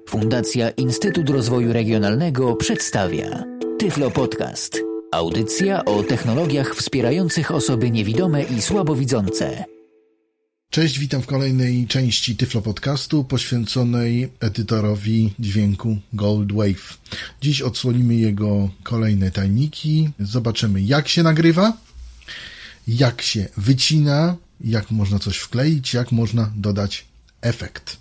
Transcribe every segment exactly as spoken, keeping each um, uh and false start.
Fundacja Instytut Rozwoju Regionalnego przedstawia Tyflo Podcast. Audycja o technologiach wspierających osoby niewidome i słabowidzące. Cześć, witam w kolejnej części Tyflo Podcastu poświęconej edytorowi dźwięku Goldwave. Dziś odsłonimy jego kolejne tajniki. Zobaczymy, jak się nagrywa, jak się wycina, jak można coś wkleić, jak można dodać efekt.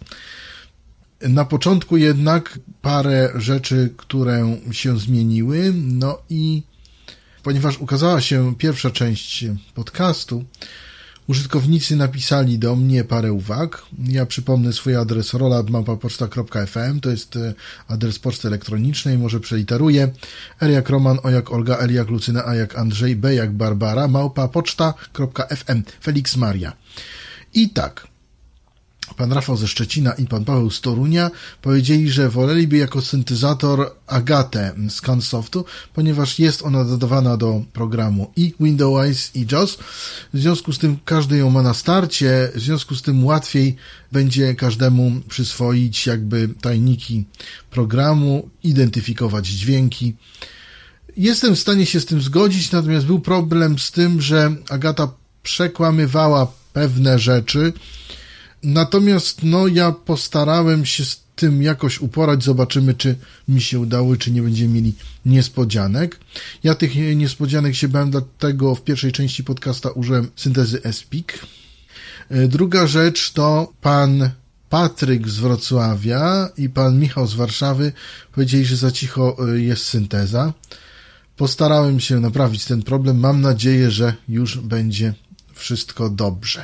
Na początku jednak parę rzeczy, które się zmieniły, no i ponieważ ukazała się pierwsza część podcastu, użytkownicy napisali do mnie parę uwag. Ja przypomnę swój adres rola at małpa poczta kropka f m, to jest adres poczty elektronicznej, może przeliteruję. R jak Roman, O jak Olga, L jak Lucyna, A jak Andrzej, B jak Barbara, małpa poczta kropka f m, Felix Maria. I tak, pan Rafał ze Szczecina i pan Paweł z Torunia powiedzieli, że woleliby jako syntezator Agatę z Scansoftu, ponieważ jest ona dodawana do programu i Windows i JAWS. W związku z tym każdy ją ma na starcie, w związku z tym łatwiej będzie każdemu przyswoić jakby tajniki programu, identyfikować dźwięki. Jestem w stanie się z tym zgodzić, natomiast był problem z tym, że Agata przekłamywała pewne rzeczy. Natomiast no ja postarałem się z tym jakoś uporać, zobaczymy, czy mi się udało, czy nie będziemy mieli niespodzianek. Ja tych niespodzianek się bałem, dlatego w pierwszej części podcasta użyłem syntezy S P I C. Druga rzecz to pan Patryk z Wrocławia i pan Michał z Warszawy powiedzieli, że za cicho jest synteza. Postarałem się naprawić ten problem, mam nadzieję, że już będzie wszystko dobrze.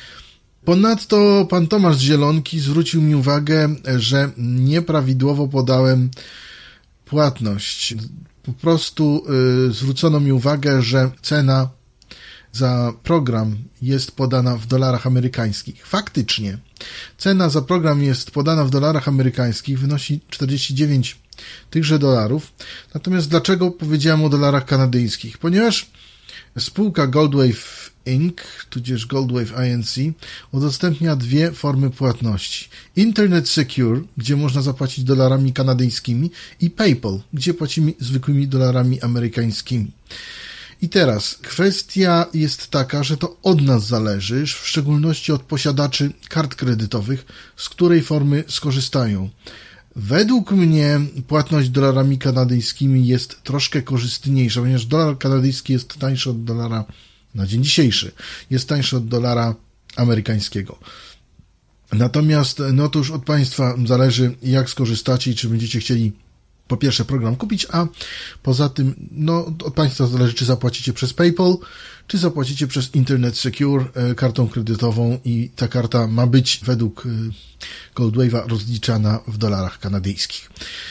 Ponadto pan Tomasz z Zielonki zwrócił mi uwagę, że nieprawidłowo podałem płatność. Po prostu y, zwrócono mi uwagę, że cena za program jest podana w dolarach amerykańskich. Faktycznie, cena za program jest podana w dolarach amerykańskich, wynosi czterdzieści dziewięć tychże dolarów. Natomiast dlaczego powiedziałem o dolarach kanadyjskich? Ponieważ spółka Goldwave Incorporated, tudzież Goldwave I N C, udostępnia dwie formy płatności. Internet Secure, gdzie można zapłacić dolarami kanadyjskimi, i PayPal, gdzie płacimy zwykłymi dolarami amerykańskimi. I teraz kwestia jest taka, że to od nas zależy, w szczególności od posiadaczy kart kredytowych, z której formy skorzystają. Według mnie płatność dolarami kanadyjskimi jest troszkę korzystniejsza, ponieważ dolar kanadyjski jest tańszy od dolara na dzień dzisiejszy. Jest tańszy od dolara amerykańskiego. Natomiast no to już od Państwa zależy, jak skorzystacie i czy będziecie chcieli po pierwsze program kupić, a poza tym no od Państwa zależy, czy zapłacicie przez PayPal, czy zapłacicie przez Internet Secure kartą kredytową i ta karta ma być według Goldwave'a rozliczana w dolarach kanadyjskich.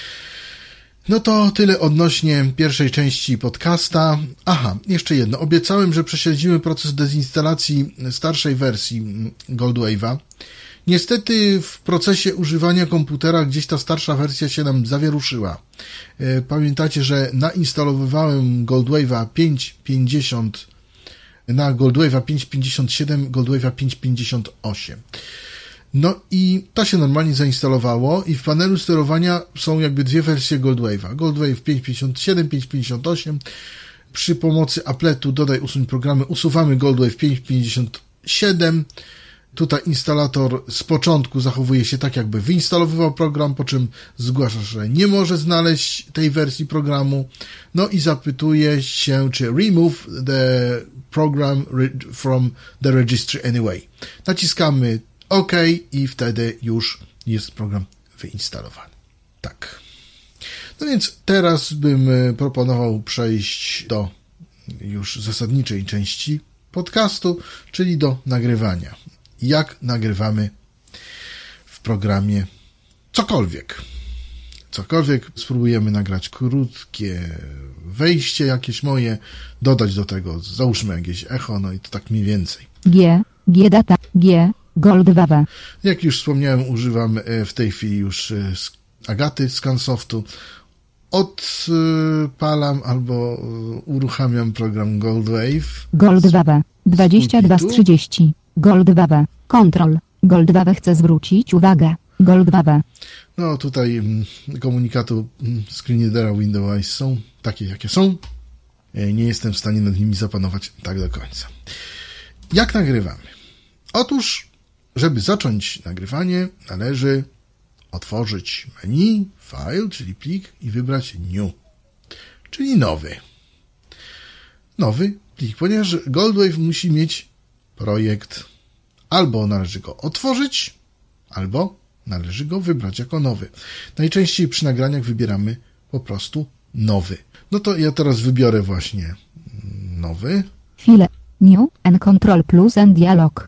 No to tyle odnośnie pierwszej części podcasta. Aha, jeszcze jedno. Obiecałem, że prześledzimy proces dezinstalacji starszej wersji Goldwave'a. Niestety w procesie używania komputera gdzieś ta starsza wersja się nam zawieruszyła. Pamiętacie, że nainstalowywałem Goldwave'a pięć pięćdziesiąt na Goldwave'a pięć pięćdziesiąt siedem, Goldwave'a pięć pięćdziesiąt osiem. No i to się normalnie zainstalowało i w panelu sterowania są jakby dwie wersje Goldwave'a. Goldwave pięć pięćdziesiąt siedem, pięć pięćdziesiąt osiem. Przy pomocy apletu dodaj, usuń programy, usuwamy Goldwave pięć pięćdziesiąt siedem. Tutaj instalator z początku zachowuje się tak, jakby wyinstalowywał program, po czym zgłasza, że nie może znaleźć tej wersji programu. No i zapytuje się, czy remove the program from the registry anyway. Naciskamy OK i wtedy już jest program wyinstalowany. Tak. No więc teraz bym proponował przejść do już zasadniczej części podcastu, czyli do nagrywania. Jak nagrywamy w programie cokolwiek. Cokolwiek. Spróbujemy nagrać krótkie wejście jakieś moje, dodać do tego, załóżmy jakieś echo, no i to tak mniej więcej. G, G data, G, Goldwave'a. Jak już wspomniałem, używam w tej chwili już Agaty z Scansoftu. Odpalam albo uruchamiam program Goldwave. Goldwave'a dwadzieścia dwa z trzydziestu. Goldwave'a. Control. Goldwave'a chce zwrócić uwagę. Goldwave'a. No tutaj mm, komunikatu mm, screenreadera Windows Eyes są takie, jakie są. Nie jestem w stanie nad nimi zapanować tak do końca. Jak nagrywamy? Otóż, żeby zacząć nagrywanie, należy otworzyć menu, file, czyli plik i wybrać new, czyli nowy. Nowy plik, ponieważ Goldwave musi mieć projekt. Albo należy go otworzyć, albo należy go wybrać jako nowy. Najczęściej przy nagraniach wybieramy po prostu nowy. No to ja teraz wybiorę właśnie nowy. File, new, and control plus and dialog.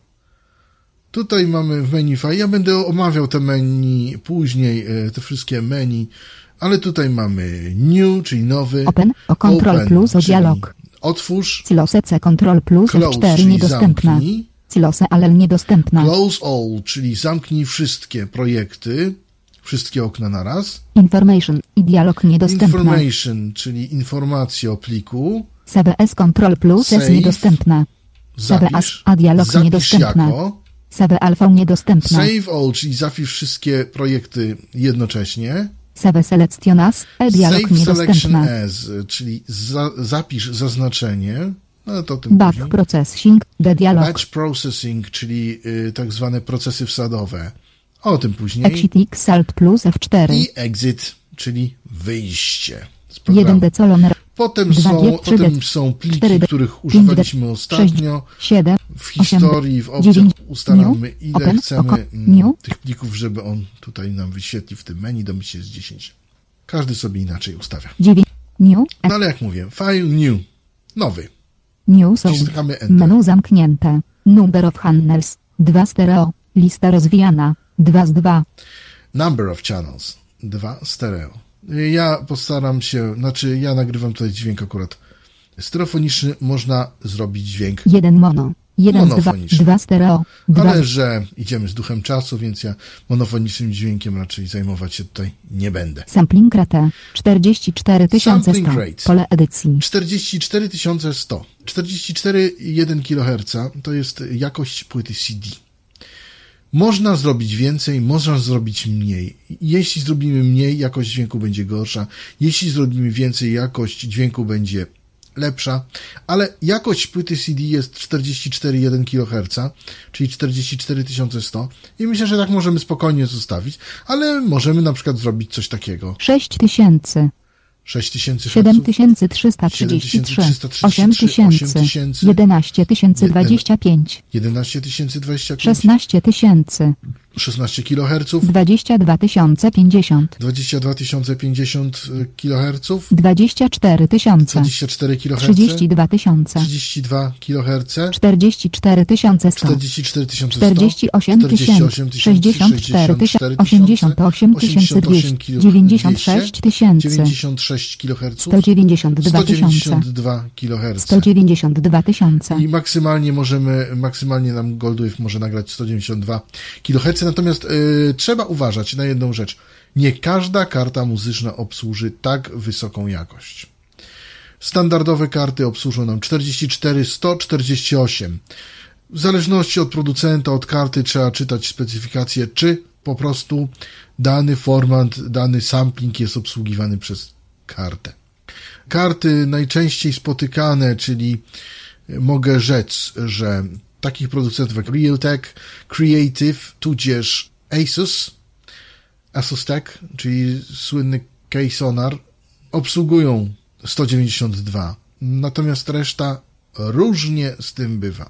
Tutaj mamy w menu file. Ja będę omawiał te menu później, te wszystkie menu, ale tutaj mamy new, czyli nowy. Open, o control Open, plus o dialog. Otwórz. Cilose C control plus Close, F cztery niedostępna. Zamknij. Cilose ale niedostępna. Close all, czyli zamknij wszystkie projekty, wszystkie okna naraz. Information i dialog niedostępna. Information, czyli informacje o pliku. C B S control plus Save. S niedostępna. C B S a dialog niedostępna. Jako. C B alfa niedostępna. Save all, czyli zapisz wszystkie projekty jednocześnie. Save selection as, e dialog Save niedostępna. selection as, czyli za, zapisz zaznaczenie. No to tym Back processing, the dialog. Batch processing, czyli y, tak zwane procesy wsadowe. O tym później. Exit X Alt plus F cztery. I exit, czyli wyjście z programu. jeden decolomer. Potem, są, potem są pliki, cztery D, których używaliśmy ostatnio. sześć, siedem, w historii, w opcjach dziewięć, ustalamy, ile open, chcemy oko, mm, tych plików, żeby on tutaj nam wyświetlił w tym menu. Domyślnie jest dziesięć. Każdy sobie inaczej ustawia. dziewięć, new, No ale jak mówię, file new, nowy. New source, Wciskamy Enter. menu zamknięte, number of channels, dwa stereo, lista rozwijana, dwa z dwa. Number of channels, dwa stereo. Ja postaram się, znaczy ja nagrywam tutaj dźwięk akurat stereofoniczny, można zrobić dźwięk jeden mono, jeden z dwa, monofoniczny. dwa stereo, dwa. Ale że idziemy z duchem czasu, więc ja monofonicznym dźwiękiem raczej zajmować się tutaj nie będę. Sampling rate, czterdzieści cztery tysiące sto, pole edycji. czterdzieści cztery tysiące sto. czterdzieści cztery przecinek jeden kiloherca to jest jakość płyty C D. Można zrobić więcej, można zrobić mniej. Jeśli zrobimy mniej, jakość dźwięku będzie gorsza. Jeśli zrobimy więcej, jakość dźwięku będzie lepsza. Ale jakość płyty C D jest czterdzieści cztery przecinek jeden kiloherca, czyli czterdzieści cztery tysiące sto. I myślę, że tak możemy spokojnie zostawić, ale możemy na przykład zrobić coś takiego. sześć tysięcy. sześć tysięcy siedem tysięcy trzysta trzydzieści trzy, osiem tysięcy, jedenaście tysięcy dwadzieścia pięć, jedenaście tysięcy dwadzieścia pięć, szesnaście tysięcy, szesnaście kiloherców, dwadzieścia dwa tysiące pięćdziesiąt, dwadzieścia dwa tysiące pięćdziesiąt kiloherców, dwadzieścia cztery tysiące, dwadzieścia cztery kiloherce, trzydzieści dwa tysiące, trzydzieści dwa kiloherce, czterdzieści cztery tysiące sto, czterdzieści cztery tysiące sto, czterdzieści osiem tysięcy, sześćdziesiąt cztery tysiące, osiemdziesiąt osiem tysięcy dwieście, dziewięćdziesiąt sześć tysięcy, dziewięćdziesiąt sześć kiloherców, sto dziewięćdziesiąt dwa tysiące, sto dziewięćdziesiąt dwa kiloherce. sto dziewięćdziesiąt dwa tysiące. I maksymalnie możemy, maksymalnie nam Goldwave może nagrać sto dziewięćdziesiąt dwa kiloherce, natomiast yy, trzeba uważać na jedną rzecz. Nie każda karta muzyczna obsłuży tak wysoką jakość. Standardowe karty obsłużą nam czterdzieści cztery, sto czterdzieści osiem. W zależności od producenta, od karty trzeba czytać specyfikację, czy po prostu dany format, dany sampling jest obsługiwany przez kartę. Karty najczęściej spotykane, czyli mogę rzec, że takich producentów jak Realtek, Creative, tudzież Asus, Asus Tech, czyli słynny K-Sonar, obsługują sto dziewięćdziesiąt dwa. Natomiast reszta różnie z tym bywa.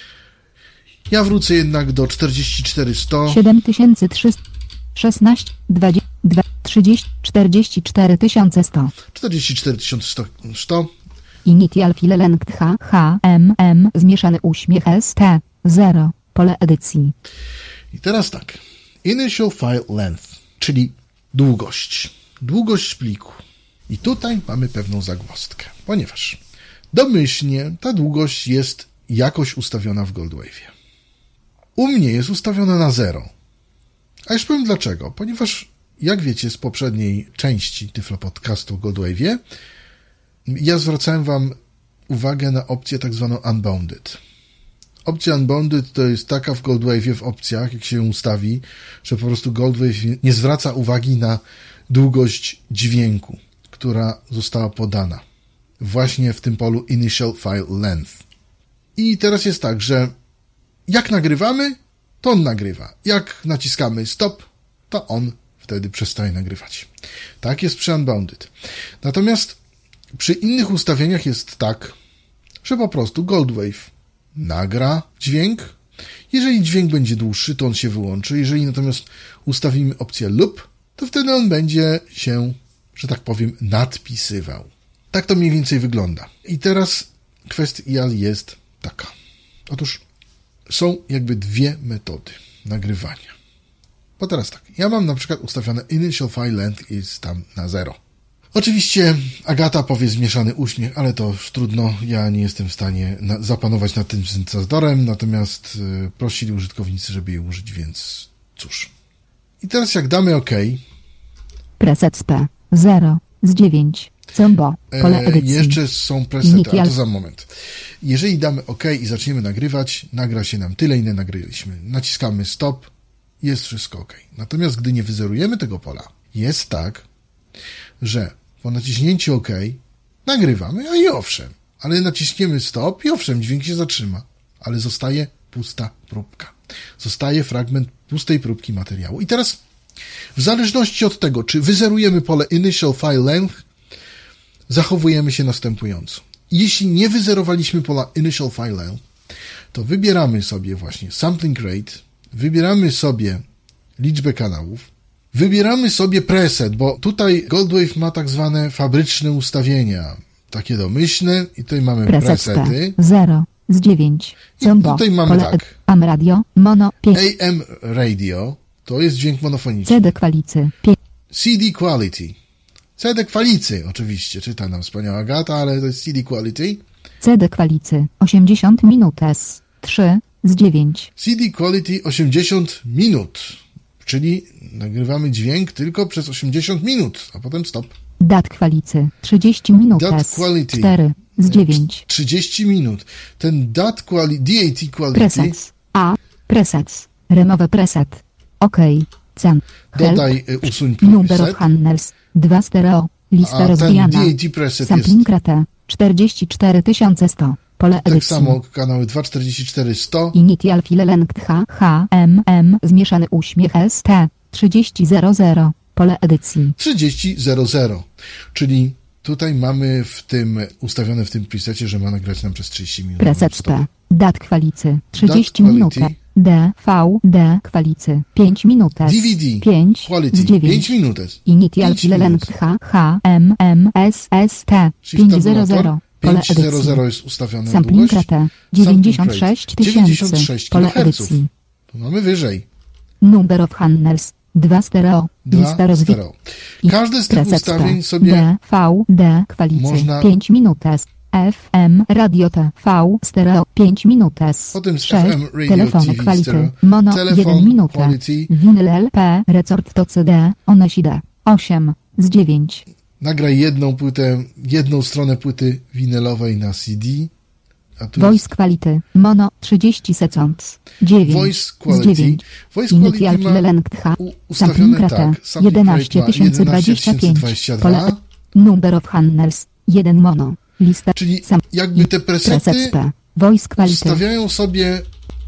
Ja wrócę jednak do czterdzieści cztery sto. siedem tysięcy trzysta szesnaście, dwadzieścia dwa, trzydzieści, czterdzieści cztery tysiące sto. czterdzieści cztery tysiące sto. Initial file length H, H, M, M, zmieszany uśmiech S, T, zero, pole edycji. I teraz tak. Initial file length, czyli długość. Długość pliku. I tutaj mamy pewną zagwozdkę, ponieważ domyślnie ta długość jest jakoś ustawiona w Goldwave'ie. U mnie jest ustawiona na zero. A już powiem dlaczego. Ponieważ, jak wiecie z poprzedniej części Tyflo Podcastu w Goldwave'ie, ja zwracałem wam uwagę na opcję tak zwaną unbounded. Opcja Unbounded to jest taka w Goldwave'ie w opcjach, jak się ją ustawi, że po prostu Goldwave nie zwraca uwagi na długość dźwięku, która została podana właśnie w tym polu Initial File Length. I teraz jest tak, że jak nagrywamy, to on nagrywa. Jak naciskamy stop, to on wtedy przestaje nagrywać. Tak jest przy Unbounded. Natomiast przy innych ustawieniach jest tak, że po prostu Goldwave nagra dźwięk. Jeżeli dźwięk będzie dłuższy, to on się wyłączy. Jeżeli natomiast ustawimy opcję loop, to wtedy on będzie się, że tak powiem, nadpisywał. Tak to mniej więcej wygląda. I teraz kwestia jest taka. Otóż są jakby dwie metody nagrywania. Bo teraz tak, ja mam na przykład ustawione Initial File Length jest tam na zero. Oczywiście Agata powie zmieszany uśmiech, ale to już trudno, ja nie jestem w stanie na, zapanować nad tym syntezadorem, natomiast y, prosili użytkownicy, żeby je użyć, więc cóż. I teraz jak damy OK. Preset P zero z dziewięć. Combo. Pole edycji. E, jeszcze są presety, a to za moment. Jeżeli damy OK i zaczniemy nagrywać, nagra się nam tyle, ile nagraliśmy. Naciskamy stop, jest wszystko OK. Natomiast gdy nie wyzerujemy tego pola, jest tak, że po naciśnięciu OK nagrywamy, a i owszem, ale naciśniemy stop i owszem, dźwięk się zatrzyma, ale zostaje pusta próbka. Zostaje fragment pustej próbki materiału. I teraz w zależności od tego, czy wyzerujemy pole Initial File Length, zachowujemy się następująco. Jeśli nie wyzerowaliśmy pola Initial File Length, to wybieramy sobie właśnie Sampling Rate, wybieramy sobie liczbę kanałów, wybieramy sobie preset, bo tutaj Goldwave ma tak zwane fabryczne ustawienia, takie domyślne i tutaj mamy preset presety. zero z dziewięć. I tutaj mamy tak. A M radio, mono pięć. A M radio to jest dźwięk monofoniczny. C D kwalicy pięć. C D quality. C D kwalicy, oczywiście, czyta nam wspaniała Agata, ale to jest C D quality. C D kwalicy osiemdziesiąt minut S trzy z dziewięć. C D quality osiemdziesiąt minut, czyli nagrywamy dźwięk tylko przez osiemdziesiąt minut, a potem stop. Dat kwalicy trzydzieści minut Dat S quality cztery z dziewięć. trzydzieści minut. Ten dat quality, D A T quality. Presets. A. Presets. Remove preset. OK. Cen. Dodaj, usuń Number of preset. handles. Dwa stereo. Lista A rozwijana. ten D A T preset Sampling jest... rate czterdzieści cztery tysiące sto. Pole Tak edycji. samo kanały dwa czterdzieści cztery sto. Initial File Length H H M M zmieszany uśmiech S T trzydzieści zero zero. Pole edycji. trzydzieści zero zero. Czyli tutaj mamy w tym ustawione w tym presecie, że ma nagrać nam przez trzydzieści minut. Preset P. Dat kwalicy trzydzieści Dat minut. quality. D V D kwalicy pięć minut. D V D pięć quality z dziewięć. pięć minut. Initial pięć File minut. Length H H M M S S T pięćset. Pole pięć zero edycji. zero jest ustawione Sampling długość. rate dziewięćdziesiąt sześć dziewięćdziesiąt tysięcy. sześć Pole kiloherców. edycji. Tu mamy wyżej. Number of handles. Dwa stereo. Lista Dwa rozwijana. stereo. Każde z tych ustawień sobie D V D kwalicy można- pięć minut S. F M radio T V stereo pięć minut S. Potem z sześć. F M radio Telefony T V kwality stereo. mono Telefon jeden minut. quality. Vinyl L P resort to C D Onesi D osiem z dziewięć. nagraj jedną płytę, jedną stronę płyty winylowej na C D. A tu Voice jest quality mono trzydzieści sekund. dziewięć Voice z quality. dziewięć. Voice Initial quality ma File Length H. u- Sampling ustawione rate tak. Sampling jedenaście rate ma tysięcy dwadzieścia pięć. dwadzieścia Pole dwa. Number of handles jeden mono. Lista Czyli sam jakby te presety preset P. Voice quality ustawiają sobie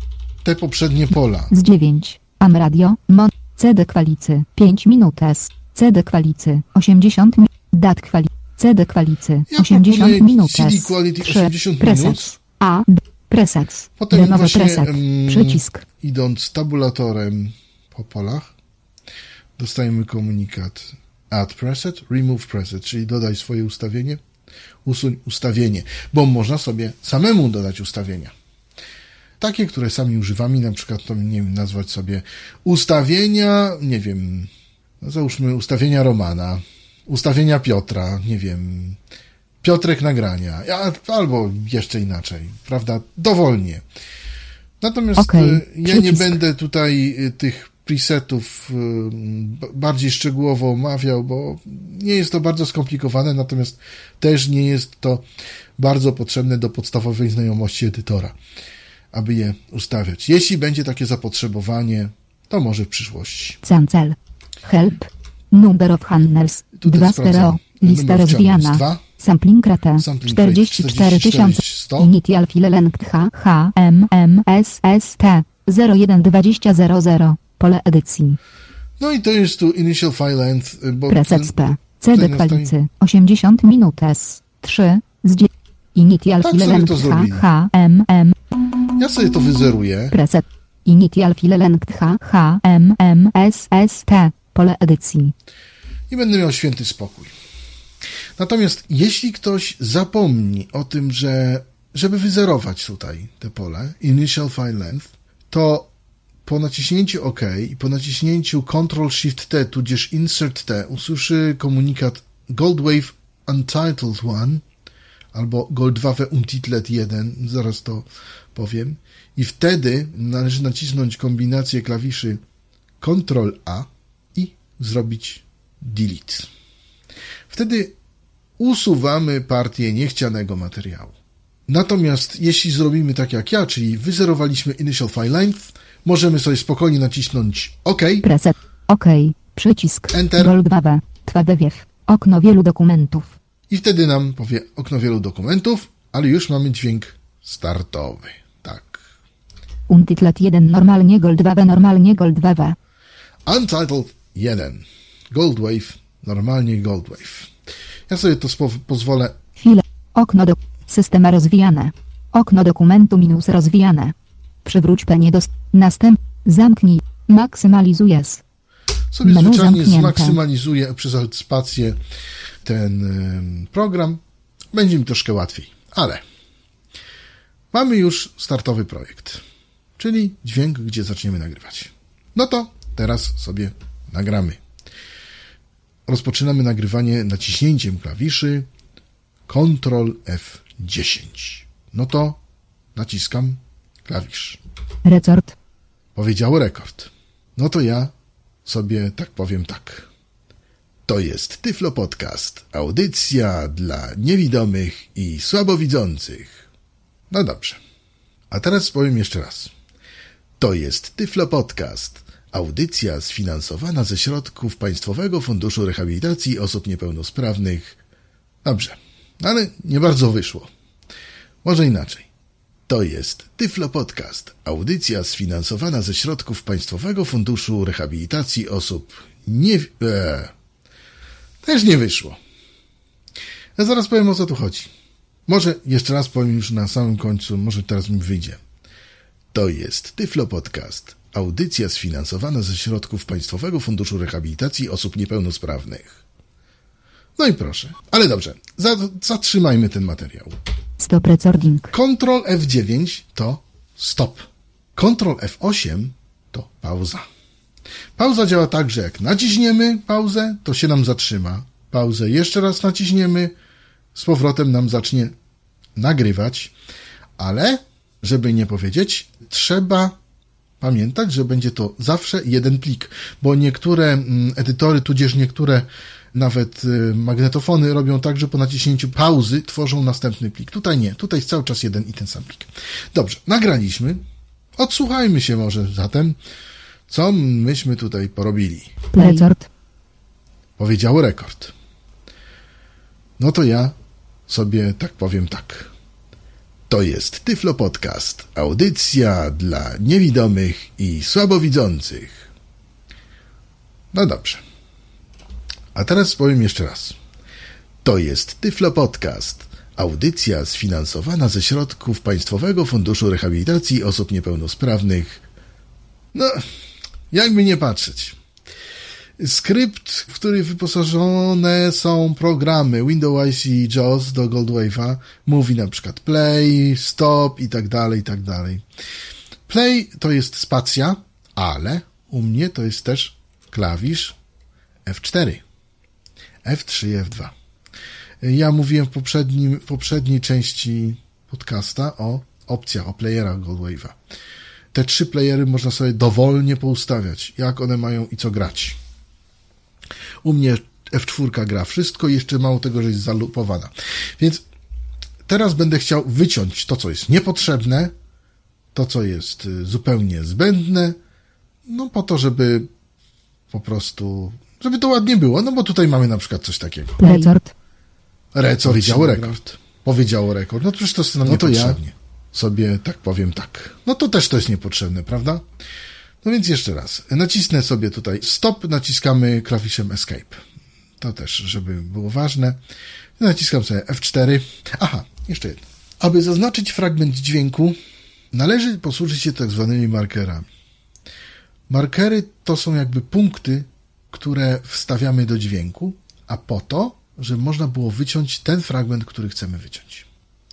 te poprzednie pola. z dziewięć. Am radio mon C D kwalicy pięć minut S. C D kwalicy osiemdziesiąt mi- Dat kwali C D kwalicy Ja osiemdziesiąt proponuję minut C D S. quality trzy. osiemdziesiąt Presets. minut. A D. Presets. Potem Remowy właśnie preset. em, Przycisk. idąc tabulatorem po polach, dostajemy komunikat add preset, remove preset, czyli dodaj swoje ustawienie, usuń ustawienie, bo można sobie samemu dodać ustawienia. Takie, które sami używamy, na przykład to, nie wiem, nazwać sobie ustawienia, nie wiem, no załóżmy ustawienia Romana, ustawienia Piotra, nie wiem, Piotrek nagrania, ja, albo jeszcze inaczej, prawda, dowolnie. Natomiast Okay, e, ja nie przycisk. będę tutaj e, tych presetów e, b- bardziej szczegółowo omawiał, bo nie jest to bardzo skomplikowane, natomiast też nie jest to bardzo potrzebne do podstawowej znajomości edytora. aby je ustawiać. Jeśli będzie takie zapotrzebowanie, to może w przyszłości. Cancel. Help. Number of handlers. Tutaj dwa sprawdzam. stereo. Lista Numer rozwijana. dwa. Sampling rate. Sampling czterdzieści cztery tysiące. sto. Initial file length H H M M S S T zero jeden dwadzieścia zero zero. Pole edycji. No i to jest tu initial file length, bo Presets ten- P. C D ten kwalicy. osiemdziesiąt minut S. trzy. Z dzie- Initial Tak file sobie to length H zrobili. H M M. ja sobie to wyzeruję. Preset. Initial file length H H M M S S T. Pole edycji. I będę miał święty spokój. Natomiast jeśli ktoś zapomni o tym, że żeby wyzerować tutaj te pole, initial file length, to po naciśnięciu OK i po naciśnięciu control shift T tudzież Insert T usłyszy komunikat Goldwave Untitled jeden albo Goldwave Untitled jeden, zaraz to powiem, i wtedy należy nacisnąć kombinację klawiszy control A i zrobić delete. Wtedy usuwamy partię niechcianego materiału. Natomiast jeśli zrobimy tak jak ja, czyli wyzerowaliśmy initial file length, możemy sobie spokojnie nacisnąć OK. Preset. OK. Przycisk. Enter. Goldwave. Twawewiew. Okno wielu dokumentów. I wtedy nam powie okno wielu dokumentów, ale już mamy dźwięk startowy. Tak. Untitled jeden normalnie Goldwave normalnie Goldwave. Untitled jeden. Goldwave, normalnie Goldwave. Ja sobie to spo- pozwolę. Chwilę. Okno do... Systema rozwijane. Okno dokumentu minus rozwijane. Przywróć penie do... Następ... Zamknij. Maksymalizuj S. Sobie Menu zwyczajnie zamknięte. zmaksymalizuję przez alt spację ten ym, program. Będzie mi troszkę łatwiej. Ale mamy już startowy projekt, czyli dźwięk, gdzie zaczniemy nagrywać. No to teraz sobie nagramy. Rozpoczynamy nagrywanie naciśnięciem klawiszy control F dziesięć. No to naciskam klawisz. Rekord. Powiedziało rekord. No to ja sobie tak powiem tak. To jest Tyflo Podcast, audycja dla niewidomych i słabowidzących. No dobrze. A teraz powiem jeszcze raz. To jest Tyflo Podcast, audycja sfinansowana ze środków Państwowego Funduszu Rehabilitacji Osób Niepełnosprawnych. Dobrze, ale nie bardzo wyszło. Może inaczej. To jest Tyflo Podcast, audycja sfinansowana ze środków Państwowego Funduszu Rehabilitacji Osób nie... Eee. Też nie wyszło. Ja zaraz powiem, o co tu chodzi. Może jeszcze raz powiem już na samym końcu, może teraz mi wyjdzie. To jest Tyflo Podcast, audycja sfinansowana ze środków Państwowego Funduszu Rehabilitacji Osób Niepełnosprawnych. No i proszę. Ale dobrze, zatrzymajmy ten materiał. Stop recording. control F dziewięć to stop. control F osiem to pauza. Pauza działa tak, że jak naciśniemy pauzę, to się nam zatrzyma. Pauzę jeszcze raz naciśniemy, z powrotem nam zacznie nagrywać, ale żeby nie powiedzieć, trzeba pamiętać, że będzie to zawsze jeden plik, bo niektóre edytory, tudzież niektóre nawet magnetofony robią tak, że po naciśnięciu pauzy tworzą następny plik. Tutaj nie, tutaj jest cały czas jeden i ten sam plik. Dobrze, nagraliśmy. Odsłuchajmy się może zatem, co myśmy tutaj porobili. Rekord. Powiedziało rekord. No to ja sobie tak powiem tak. To jest Tyflo Podcast, audycja dla niewidomych i słabowidzących. No dobrze. A teraz powiem jeszcze raz. To jest Tyflo Podcast, audycja sfinansowana ze środków Państwowego Funduszu Rehabilitacji Osób Niepełnosprawnych. No, jakby nie patrzeć. Skrypt, w który wyposażone są programy Windows I C JAWS do Goldwave'a, mówi na przykład play, stop i tak dalej, i tak dalej. Play to jest spacja, ale u mnie to jest też klawisz F cztery, F trzy i F dwa. Ja mówiłem w, poprzednim, w poprzedniej części podcasta o opcjach, o playerach Goldwave'a. Te trzy playery można sobie dowolnie poustawiać, jak one mają i co grać. U mnie F cztery gra wszystko i jeszcze mało tego, że jest zalupowana. Więc teraz będę chciał wyciąć to, co jest niepotrzebne, to, co jest zupełnie zbędne, no po to, żeby po prostu, żeby to ładnie było, no bo tutaj mamy na przykład coś takiego. Resort. Resort powiedziało rekord. Powiedziało rekord. No to przecież to jest nam No to niepotrzebnie. Ja sobie tak powiem tak. No to też to jest niepotrzebne, prawda? No więc jeszcze raz. Nacisnę sobie tutaj stop, naciskamy klawiszem escape. To też, żeby było ważne. Naciskam sobie F cztery. Aha, jeszcze jedno. Aby zaznaczyć fragment dźwięku, należy posłużyć się tak zwanymi markerami. Markery to są jakby punkty, które wstawiamy do dźwięku, a po to, żeby można było wyciąć ten fragment, który chcemy wyciąć.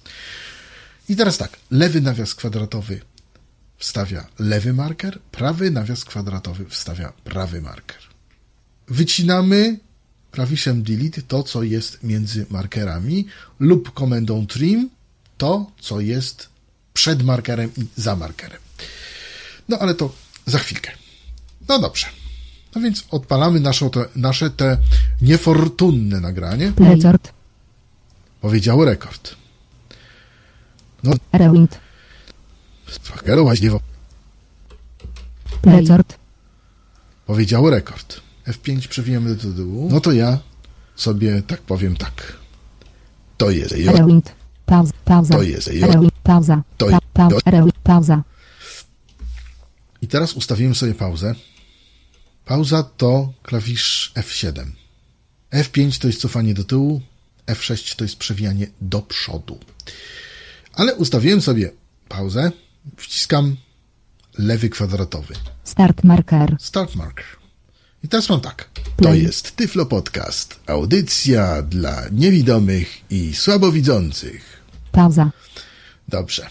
I teraz tak, lewy nawias kwadratowy wstawia lewy marker, prawy nawias kwadratowy wstawia prawy marker. Wycinamy klawiszem delete to, co jest między markerami lub komendą trim to, co jest przed markerem i za markerem. No ale to za chwilkę. No dobrze. No więc odpalamy nasze te, nasze te niefortunne nagranie. Resort. Powiedziało rekord. No. Rewind. Spakało łaźniewo. Resort. Powiedziało rekord. F pięć przewijamy do tyłu. No to ja sobie tak powiem tak. To jest Rewind. Pauza. Pauza. To jest Rewind. Pauza. To Pa, pa, rewind. Pauza. I teraz ustawimy sobie pauzę. Pauza to klawisz F siedem. F pięć to jest cofanie do tyłu. F sześć to jest przewijanie do przodu. Ale ustawiłem sobie pauzę. Wciskam lewy kwadratowy. Start marker. Start marker. I teraz mam tak. To Play. jest Tyflo Podcast. Audycja dla niewidomych i słabowidzących. Pauza. Dobrze.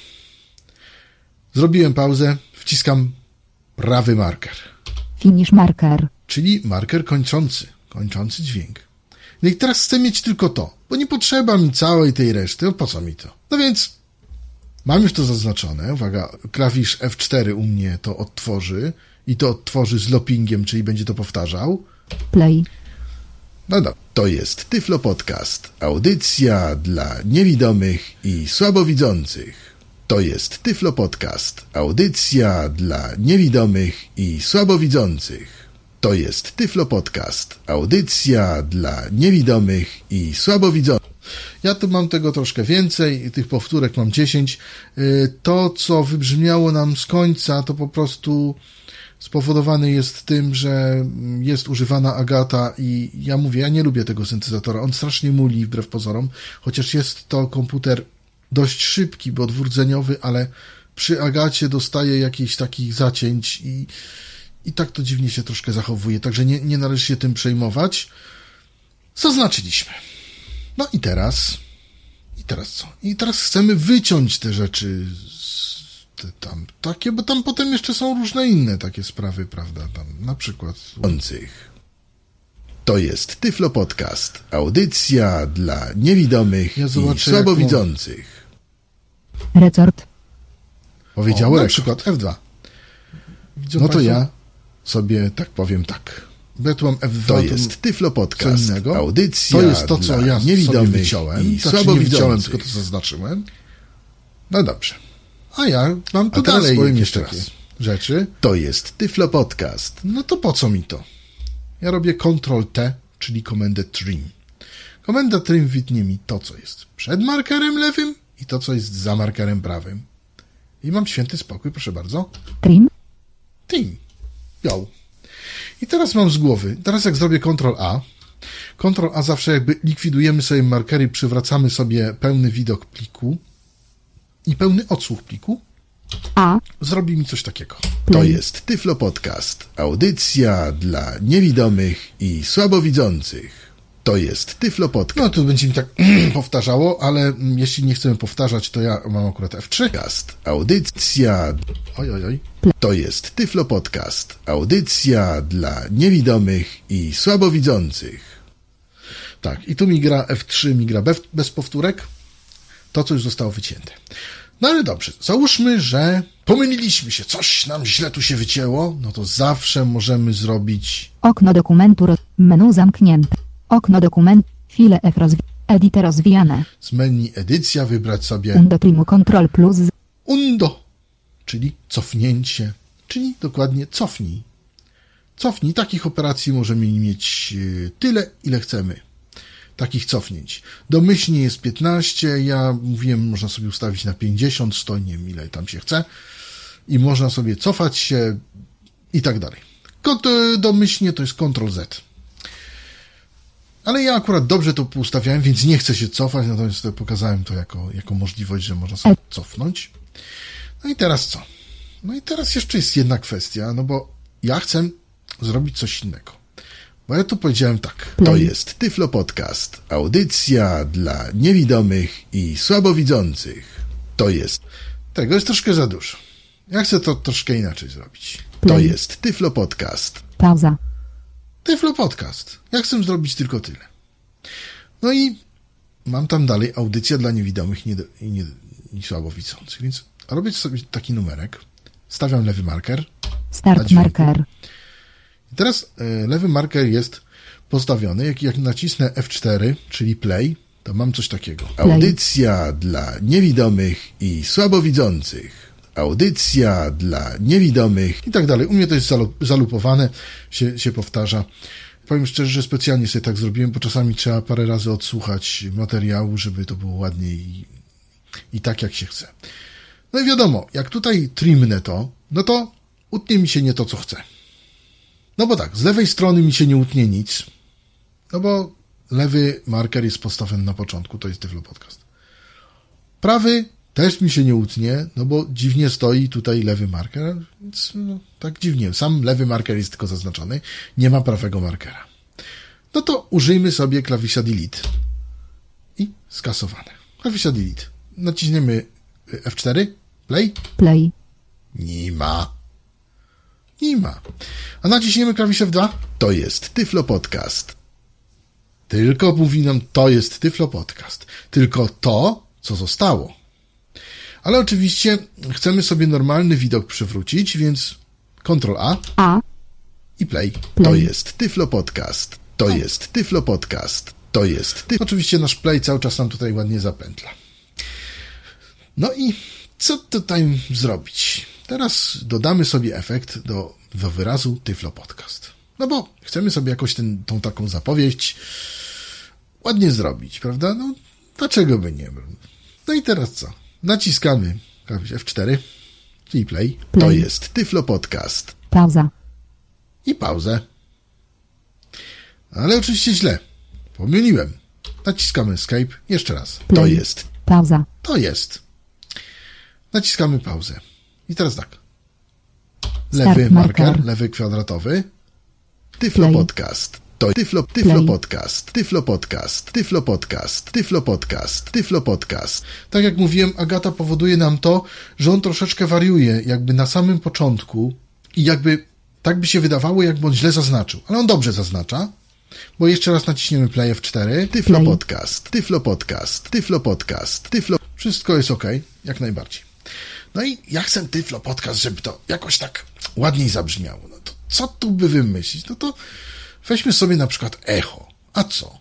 Zrobiłem pauzę. Wciskam prawy marker. Finish marker. Czyli marker kończący. Kończący dźwięk. No i teraz chcę mieć tylko to, bo nie potrzeba mi całej tej reszty. No po co mi to? No więc mam już to zaznaczone. Uwaga, klawisz F cztery u mnie to odtworzy i to odtworzy z loopingiem, czyli będzie to powtarzał. Play. No dobra, to jest Tyflo Podcast. Audycja dla niewidomych i słabowidzących. To jest Tyflo Podcast. Audycja dla niewidomych i słabowidzących. To jest Tyflo Podcast. Audycja dla niewidomych i słabowidzących. Ja tu mam tego troszkę więcej, tych powtórek mam dziesięć. To, co wybrzmiało nam z końca, to po prostu spowodowane jest tym, że jest używana Agata i ja mówię, ja nie lubię tego syntezatora. On strasznie muli wbrew pozorom, chociaż jest to komputer dość szybki, bo dwurdzeniowy, ale przy Agacie dostaje jakichś takich zacięć i, i tak to dziwnie się troszkę zachowuje, także nie, nie należy się tym przejmować. Zaznaczyliśmy. No i teraz, i teraz co? I teraz chcemy wyciąć te rzeczy te tam, takie, bo tam potem jeszcze są różne inne takie sprawy, prawda, tam na przykład to jest Tyflo Podcast. Audycja dla niewidomych ja i słabowidzących. Resort. Powiedziało o, na rekord. przykład F dwa. Widzą no to Państwo? ja sobie tak powiem tak. Bo ja tu mam F dwa. To jest Tyflo co Podcast. innego. Audycja To jest to, co dla ja sobie niewidomych wyciąłem. i Znaczy, nie słabowidzących. wyciąłem, tylko to zaznaczyłem. No dobrze. A ja mam tu A teraz dalej powiem jakieś jeszcze takie raz. rzeczy. To jest Tyflo Podcast. No to po co mi to? Ja robię kontrol T, czyli komendę trim. Komenda trim wytnie mi to, co jest przed markerem lewym i to, co jest za markerem prawym. I mam święty spokój, proszę bardzo. Trim. Trim. Yo. I teraz mam z głowy, teraz jak zrobię kontrol A, kontrol A zawsze jakby likwidujemy sobie markery, przywracamy sobie pełny widok pliku i pełny odsłuch pliku, A. zrobi mi coś takiego. To Play. jest Tyflo Podcast. Audycja dla niewidomych i słabowidzących. To jest Tyflo Podcast. No tu będzie mi tak powtarzało, ale jeśli nie chcemy powtarzać, to ja mam akurat F trzy. Podcast. Audycja. Oj, oj, oj. To jest Tyflo Podcast. Audycja dla niewidomych i słabowidzących. Tak, i tu mi gra F trzy, mi gra bez, bez powtórek. To, co już zostało wycięte. No ale dobrze, załóżmy, że pomyliliśmy się, coś nam źle tu się wycięło, no to zawsze możemy zrobić... Okno dokumentu. Roz... Menu zamknięte. Okno dokument. File F rozwi... Edity rozwijane. z menu edycja wybrać sobie Undo trimu Control plus. Undo, czyli cofnięcie, czyli dokładnie cofnij. Cofnij. Takich operacji możemy mieć tyle, ile chcemy. Takich cofnięć. Domyślnie jest piętnaście, ja mówiłem, można sobie ustawić na pięćdziesiąt, sto, nie wiem ile tam się chce i można sobie cofać się i tak dalej. Domyślnie to jest kontrol Z. Ale ja akurat dobrze to ustawiałem, więc nie chcę się cofać, natomiast pokazałem to jako, jako możliwość, że można sobie cofnąć. No i teraz co? No i teraz jeszcze jest jedna kwestia, no bo ja chcę zrobić coś innego. Bo ja tu powiedziałem tak, to jest Tyflo Podcast, audycja dla niewidomych i słabowidzących. To jest, tego jest troszkę za dużo. Ja chcę to troszkę inaczej zrobić. To jest Tyflo Podcast. Pauza. Tyflo Podcast. Ja chcę zrobić tylko tyle. No i mam tam dalej audycja dla niewidomych i, nie, i, nie, i słabowidzących, więc robię sobie taki numerek, stawiam lewy marker. Start marker. I teraz y, lewy marker jest postawiony. Jak, jak nacisnę F cztery, czyli play, to mam coś takiego. Play. Audycja dla niewidomych i słabowidzących. Audycja dla niewidomych i tak dalej. U mnie to jest zalupowane, się, się powtarza. Powiem szczerze, że specjalnie sobie tak zrobiłem, bo czasami trzeba parę razy odsłuchać materiału, żeby to było ładnie i, i tak, jak się chce. No i wiadomo, jak tutaj trimnę to, no to utnie mi się nie to, co chcę. No bo tak, z lewej strony mi się nie utnie nic, no bo lewy marker jest postawiony na początku, to jest Tyflo Podcast. Prawy też mi się nie utnie, no bo dziwnie stoi tutaj lewy marker, więc no, tak dziwnie. Sam lewy marker jest tylko zaznaczony, nie ma prawego markera. No to użyjmy sobie klawisza Delete i skasowane. Klawisza Delete. Naciśniemy F cztery, play. Play. Nie ma. Nie ma. A naciśniemy klawisz F dwa, to jest Tyflo Podcast. Tylko mówi nam, to jest Tyflo Podcast. Tylko to, co zostało. Ale oczywiście chcemy sobie normalny widok przywrócić, więc kontrol A, A. i play. play. To jest Tyflo Podcast. To jest Tyflo Podcast. To jest Tyflo. Oczywiście nasz play cały czas nam tutaj ładnie zapętla. No i co tutaj zrobić? Teraz dodamy sobie efekt do, do wyrazu Tyflo Podcast. No bo chcemy sobie jakoś ten, tą taką zapowiedź ładnie zrobić, prawda? No dlaczego by nie? No i teraz co? Naciskamy klawisz F cztery, czyli play. play. To jest Tyflo Podcast. Pauza. I pauzę. Ale oczywiście źle. Pomyliłem. Naciskamy Escape. Jeszcze raz. Play. To jest. Pauza. To jest. Naciskamy pauzę. I teraz tak. Lewy Start marker, marker. lewy kwadratowy. Tyflo Play. Podcast. To Tyflo, Tyflo Play. Podcast, Tyflo Podcast, Tyflo Podcast, Tyflo Podcast, Tyflo Podcast. Tak jak mówiłem, Agata powoduje nam to, że on troszeczkę wariuje, jakby na samym początku i jakby tak by się wydawało, jakby on źle zaznaczył. Ale on dobrze zaznacza, bo jeszcze raz naciśniemy Play F cztery. Tyflo Play. Podcast, Tyflo Podcast, Tyflo Podcast, Tyflo... Wszystko jest ok, jak najbardziej. No i ja chcę Tyflo Podcast, żeby to jakoś tak ładniej zabrzmiało. No to co tu by wymyślić? No to weźmy sobie na przykład echo. A co?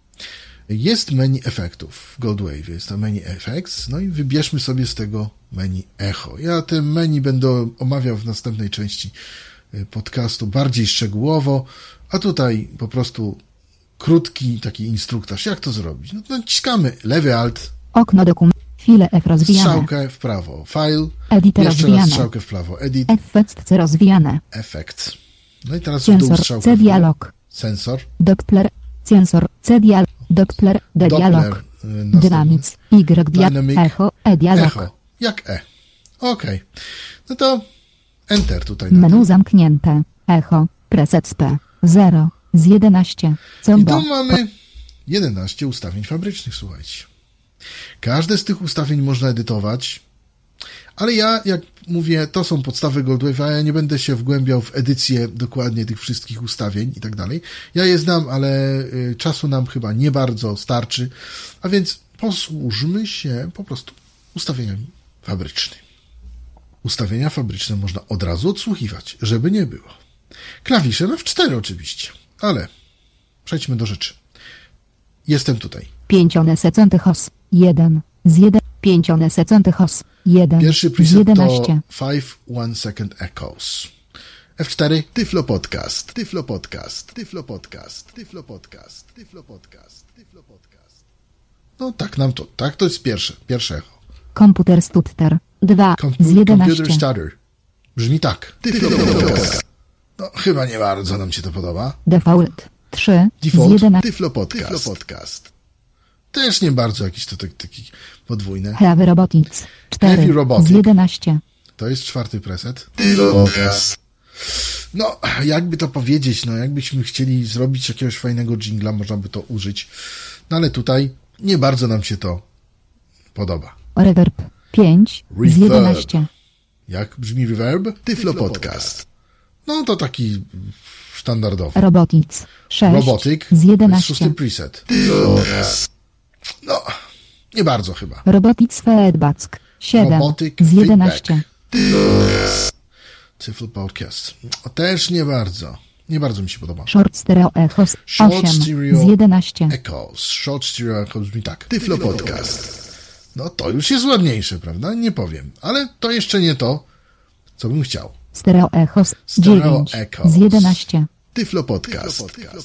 Jest menu efektów w Goldwave, jest to menu effects, no i wybierzmy sobie z tego menu echo. Ja te menu będę omawiał w następnej części podcastu bardziej szczegółowo, a tutaj po prostu krótki taki instruktaż, jak to zrobić. No to naciskamy lewy alt, okno dokumentu, file F rozwijane, strzałkę w prawo, file, Edit jeszcze rozwijane. raz strzałkę w prawo, edit, Efekt C rozwijane, efekt. No i teraz w dół sensor strzałkę C w dół. dialog, Sensor, Doppler, sensor C dialog, Doppler, D dialog, Doppler, y, następny. Dynamics, Y dialog, Dynamic, echo, E dialog, echo, jak E. Okej. No to Enter tutaj. Na menu tym. zamknięte, echo, preset P, zero z jedenaście, I combo, tu mamy jedenaście ustawień fabrycznych, słuchajcie. Każde z tych ustawień można edytować, ale ja, jak mówię, to są podstawy Goldwave'a, ja nie będę się wgłębiał w edycję dokładnie tych wszystkich ustawień i tak dalej. Ja je znam, ale y, czasu nam chyba nie bardzo starczy, a więc posłużmy się po prostu ustawieniami fabrycznymi. Ustawienia fabryczne można od razu odsłuchiwać, żeby nie było. Klawiszem F cztery oczywiście, ale przejdźmy do rzeczy. Jestem tutaj. pięć one secentych os, jeden z jeden, pięć one second os. jeden Pierwszy z preset to jedenaście. five one second echoes. F cztery, Tyflo Podcast, Tyflo Podcast, Tyflo Podcast, Tyflo Podcast, Tyflo Podcast, Tyflo Podcast. No tak nam to, tak to jest pierwsze, pierwsze echo. Komputer stutter. dwa z Computer jedenaście. Starter. Brzmi tak. Tyflo Podcast. No chyba nie bardzo nam się to podoba. Default. trzy z Default, jedenaście. Tyflo Podcast. Tyflo Podcast. Też nie bardzo jakiś to tak- taki podwójne. Heavy Robotics. cztery Heavy Robotic. z jedenaście. To jest czwarty preset. Tyflo Podcast. No, jakby to powiedzieć, no jakbyśmy chcieli zrobić jakiegoś fajnego jingla, można by to użyć. No ale tutaj nie bardzo nam się to podoba. Reverb. pięć z Reverb. jedenaście. Jak brzmi reverb? Tyflo Podcast. No to taki standardowy. Robotics. sześć Robotic. z To jest jedenaście. szósty preset. Tyflo Podcast. No, nie bardzo chyba. Robotics Feedback. siedem Robotic z jedenaście. Tyflo Podcast. No, też nie bardzo. Nie bardzo mi się podoba. Short Stereo Echos. Short osiem Stereo z jedenaście. Echoes. Short Stereo Echoes brzmi tak. Tyflo Podcast. No to już jest ładniejsze, prawda? Nie powiem. Ale to jeszcze nie to, co bym chciał. Stereo Echos. Stereo dziewięć Echoes. z jedenaście. Tyflo Podcast.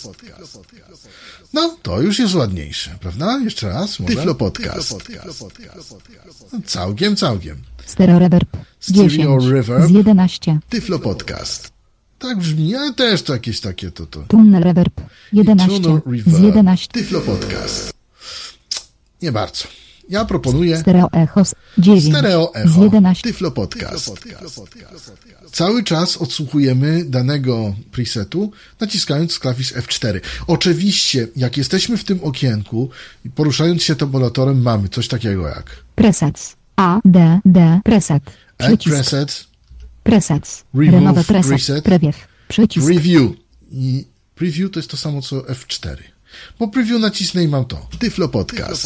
No, to już jest ładniejsze, prawda? Jeszcze raz. Może? Tyflo Podcast. No, całkiem, całkiem. Stereo Reverb. Stereo dziesięć Reverb. z jedenaście. Tyflo Podcast. Tak brzmi, ale też to jakieś takie to to. Tunnel Reverb. jedenaście Tunnel z Reverb. jedenaście. Tyflo Podcast. Nie bardzo. Ja proponuję Stereo Echos. dziewięć Stereo z Echo. jedenaście. Tyflo Podcast. Cały czas odsłuchujemy danego presetu, naciskając klawisz F cztery. Oczywiście, jak jesteśmy w tym okienku i poruszając się tabulatorem, mamy coś takiego jak Presets. A, D, D, preset. Add Przycisk. Preset, Presets. Remove Renowe preset. preset. Preview. Przycisk. Preview. I preview to jest to samo co F cztery. Po preview nacisnę i mam to. Tyflo Podcast.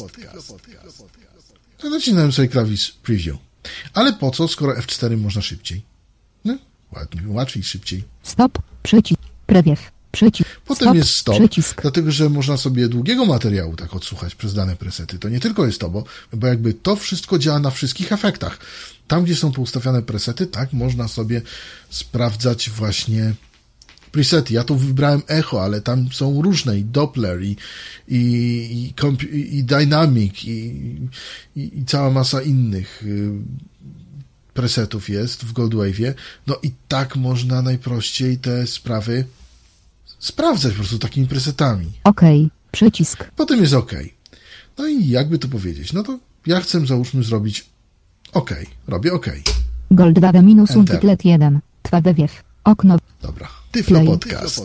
To nacisnąłem sobie klawisz preview. Ale po co, skoro F cztery można szybciej? No, ładniej, łatwiej, szybciej. Stop. Przycisk. Preview. Przycisk. Potem stop, jest stop, Przycisk. dlatego że można sobie długiego materiału tak odsłuchać przez dane presety. To nie tylko jest to, bo, bo jakby to wszystko działa na wszystkich efektach. Tam, gdzie są poustawiane presety, tak, można sobie sprawdzać właśnie presety. Ja tu wybrałem echo, ale tam są różne i Doppler, i, i, i, komp- i Dynamic, i, i, i cała masa innych y, presetów jest w Goldwave'ie. No i tak można najprościej te sprawy sprawdzać po prostu takimi presetami. OK. Przycisk. Potem jest OK. No i jakby to powiedzieć? No to ja chcę, załóżmy, zrobić OK. Robię OK. Goldwave minus Enter. Untiklet jeden. Twawewiew. Okno. Dobra. Tyflo Play. Podcast.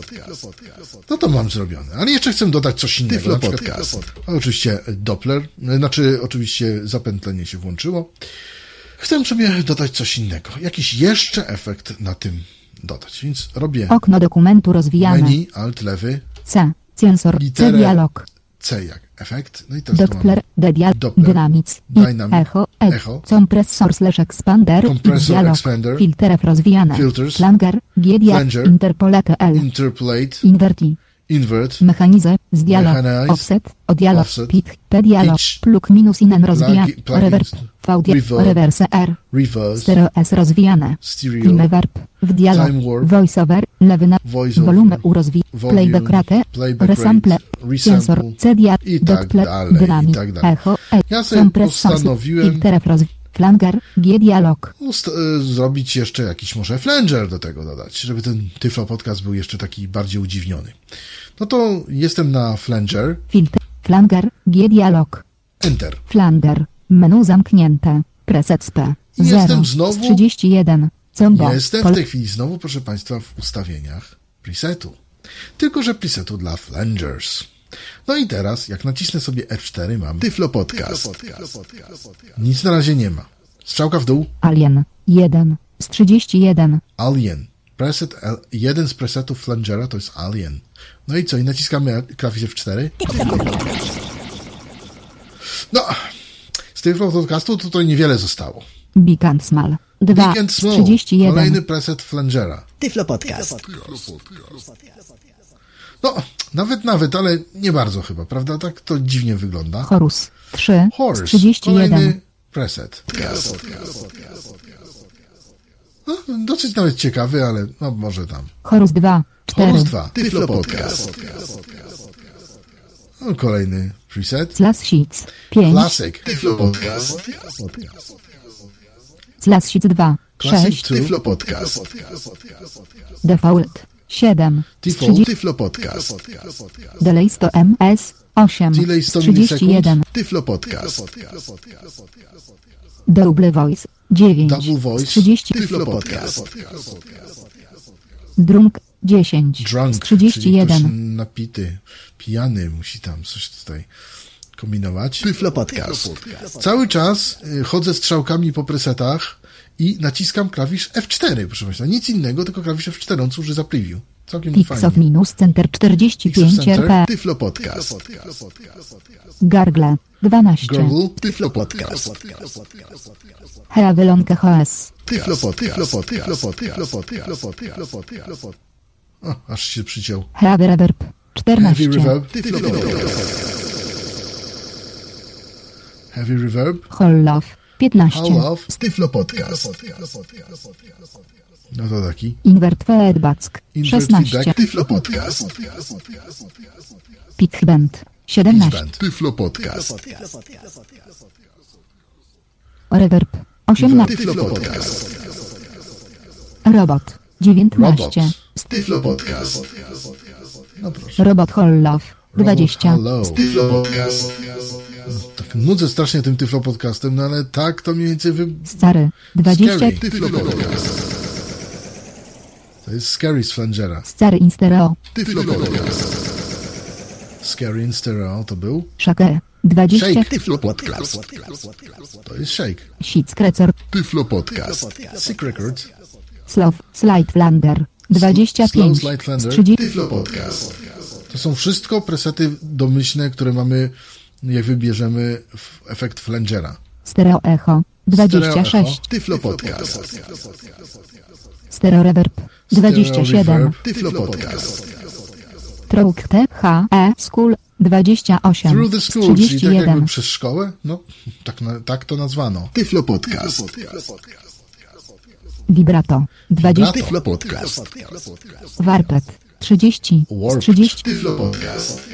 No to mam zrobione. Ale jeszcze chcę dodać coś innego. Tyflo na przykład, Podcast. a oczywiście Doppler, znaczy oczywiście zapętlenie się włączyło. Chcę sobie dodać coś innego. Jakiś jeszcze efekt na tym dodać. Więc robię Okno dokumentu rozwijane. menu, alt lewy, C. Sensor. C. Literę Dialog. C jak efekt. No i teraz tu Doppler. mamy D. Dial. Doppler, Dynamic. I. Dynamic, Echo. E. echo. Kompresor slash expander. Compressor, I. Dialog. expander. Filterów rozwijane. Filters. Flanger. G. Dial. Flanger. Interpolate L. Interpolate, Inverti. invert, Mechanize. Z dialog. Mechanize. Offset. O dialog. Offset. Pitch. P. Dialog. Pitch. Plug minus inen rozwijane. Plug- plugins. Reverb. V. Dial. Reverb. Reverse R. reverse, Stereo S rozwijane. stereo, Time warp. W dialog. Time warp. Voiceover. Lewy na. voiceover, Volume u rozwi. volume, Playback rate. playback Resample. rate, resample Sensor. C. Dial. i tak Doppler. dalej, Dynamic. i tak dalej. Echo. E. Ja sobie Kompresor. postanowiłem- Filterów rozwi. Flanger. G. Dialog. Ust- y, zrobić jeszcze jakiś może flanger do tego dodać, żeby ten Tyflo Podcast był jeszcze taki bardziej udziwniony. No to jestem na flanger, Filtr. Flanger. G. Dialog. enter. Flanger. Menu zamknięte. Preset P. I zero jestem z znowu- trzydzieści jeden. Combo. Jestem Pol- w tej chwili znowu, proszę Państwa, w ustawieniach presetu. Tylko że presetu dla flangers. No i teraz, jak nacisnę sobie F cztery, mam Tyflo Podcast. Nic na razie nie ma. Strzałka w dół, Alien. jeden z trzydzieści jeden. Alien. Preset, L- jeden z presetów flangera to jest Alien. No i co? I naciskamy klawisz F cztery. No, z Tyflo Podcastu tutaj niewiele zostało. Big and Small. dwa Big and z Small. trzydzieści jeden. Kolejny preset flangera. Tyflo Podcast. No, nawet, nawet, ale nie bardzo chyba, prawda? Tak to dziwnie wygląda. Chorus trzy Horse, z trzydzieści jeden. kolejny preset. No, dosyć nawet ciekawy, ale no może tam. Chorus dwa cztery. Horus dwa. Tyflo Podcast. No, kolejny preset. Slash Sheets pięć. Classic. Tyflo Podcast. Slash Sheets dwa Classic sześć. Tyflo Podcast. Default siedem z Default trzydzieści. Tyflo Podcast. Delay sto ms osiem Delay z sto trzydzieści jeden. milisekund. Tyflo Podcast. Double Voice dziewięć Double z Voice. trzydzieści. Tyflo Podcast. Drunk dziesięć z Drunk, trzydzieści czyli ktoś jeden. napity, pijany musi tam coś tutaj kombinować. Tyflo Podcast. Cały czas y, chodzę strzałkami po presetach i naciskam klawisz F cztery, proszę Państwa. Nic innego, tylko klawisz F cztery, on służy za preview. Całkiem Pixof fajnie. minus Center czterdzieści pięć Center. R P. Tyflo Podcast. Gargle dwanaście. Gurgle. Tyflo Podcast. Heavelonke H S. Tyflo Podcast. Tyflo Podcast. Tyflo Podcast. Tyflo Podcast. Tyflo Podcast. O, aż się przyciął. Heavy Reverb Heavy czternaście. Reverb. Tyflo Podcast. Heavy Reverb. Whole Love piętnaście. How Love. Tyflo Podcast. No to taki. Invert Feedback Invert szesnaście. Feedback. Tyflo Podcast. Pitch Band siedemnaście. Band. Tyflo Podcast. Reverb osiemnaście. Tyflo Podcast. Robot dziewiętnaście. Robot. Tyflo Podcast. No proszę. Robot Whole Love dwadzieścia. Hello. Tyflo Podcast. Tak nudzę strasznie tym Tyflo Podcastem, no ale tak to mniej więcej wy... Stary dwadzieścia. Scary. Tyflo Podcast. To jest Scary z Flangera. Stary in stereo. Tyflo Podcast. Scary in Stereo to był. Shake dwadzieścia. Shake. Tyflo Podcast. To jest Shake. Sheet Krecor Tyflo Podcast. Sick Records. Slow Slide Flander dwadzieścia Slow pięć. Slide z Flander. trzydzieści. Tyflo Podcast. To są wszystko presety domyślne, które mamy, jak wybierzemy w efekt Flangera. Stereo Echo dwadzieścia Stereo sześć. Tyflo Podcast. Stereo Reverb dwadzieścia siedem. Reverb. Tyflo Podcast. Trouk T H E School dwadzieścia osiem. Through the z School, czyli trzydzieści tak jakby jeden. przez szkołę? No, tak, na, tak to nazwano. Tyflo Podcast. Vibrato dwadzieścia. Tyflo Podcast. Warped trzydzieści. z Warped. trzydzieści. Tyflo Podcast.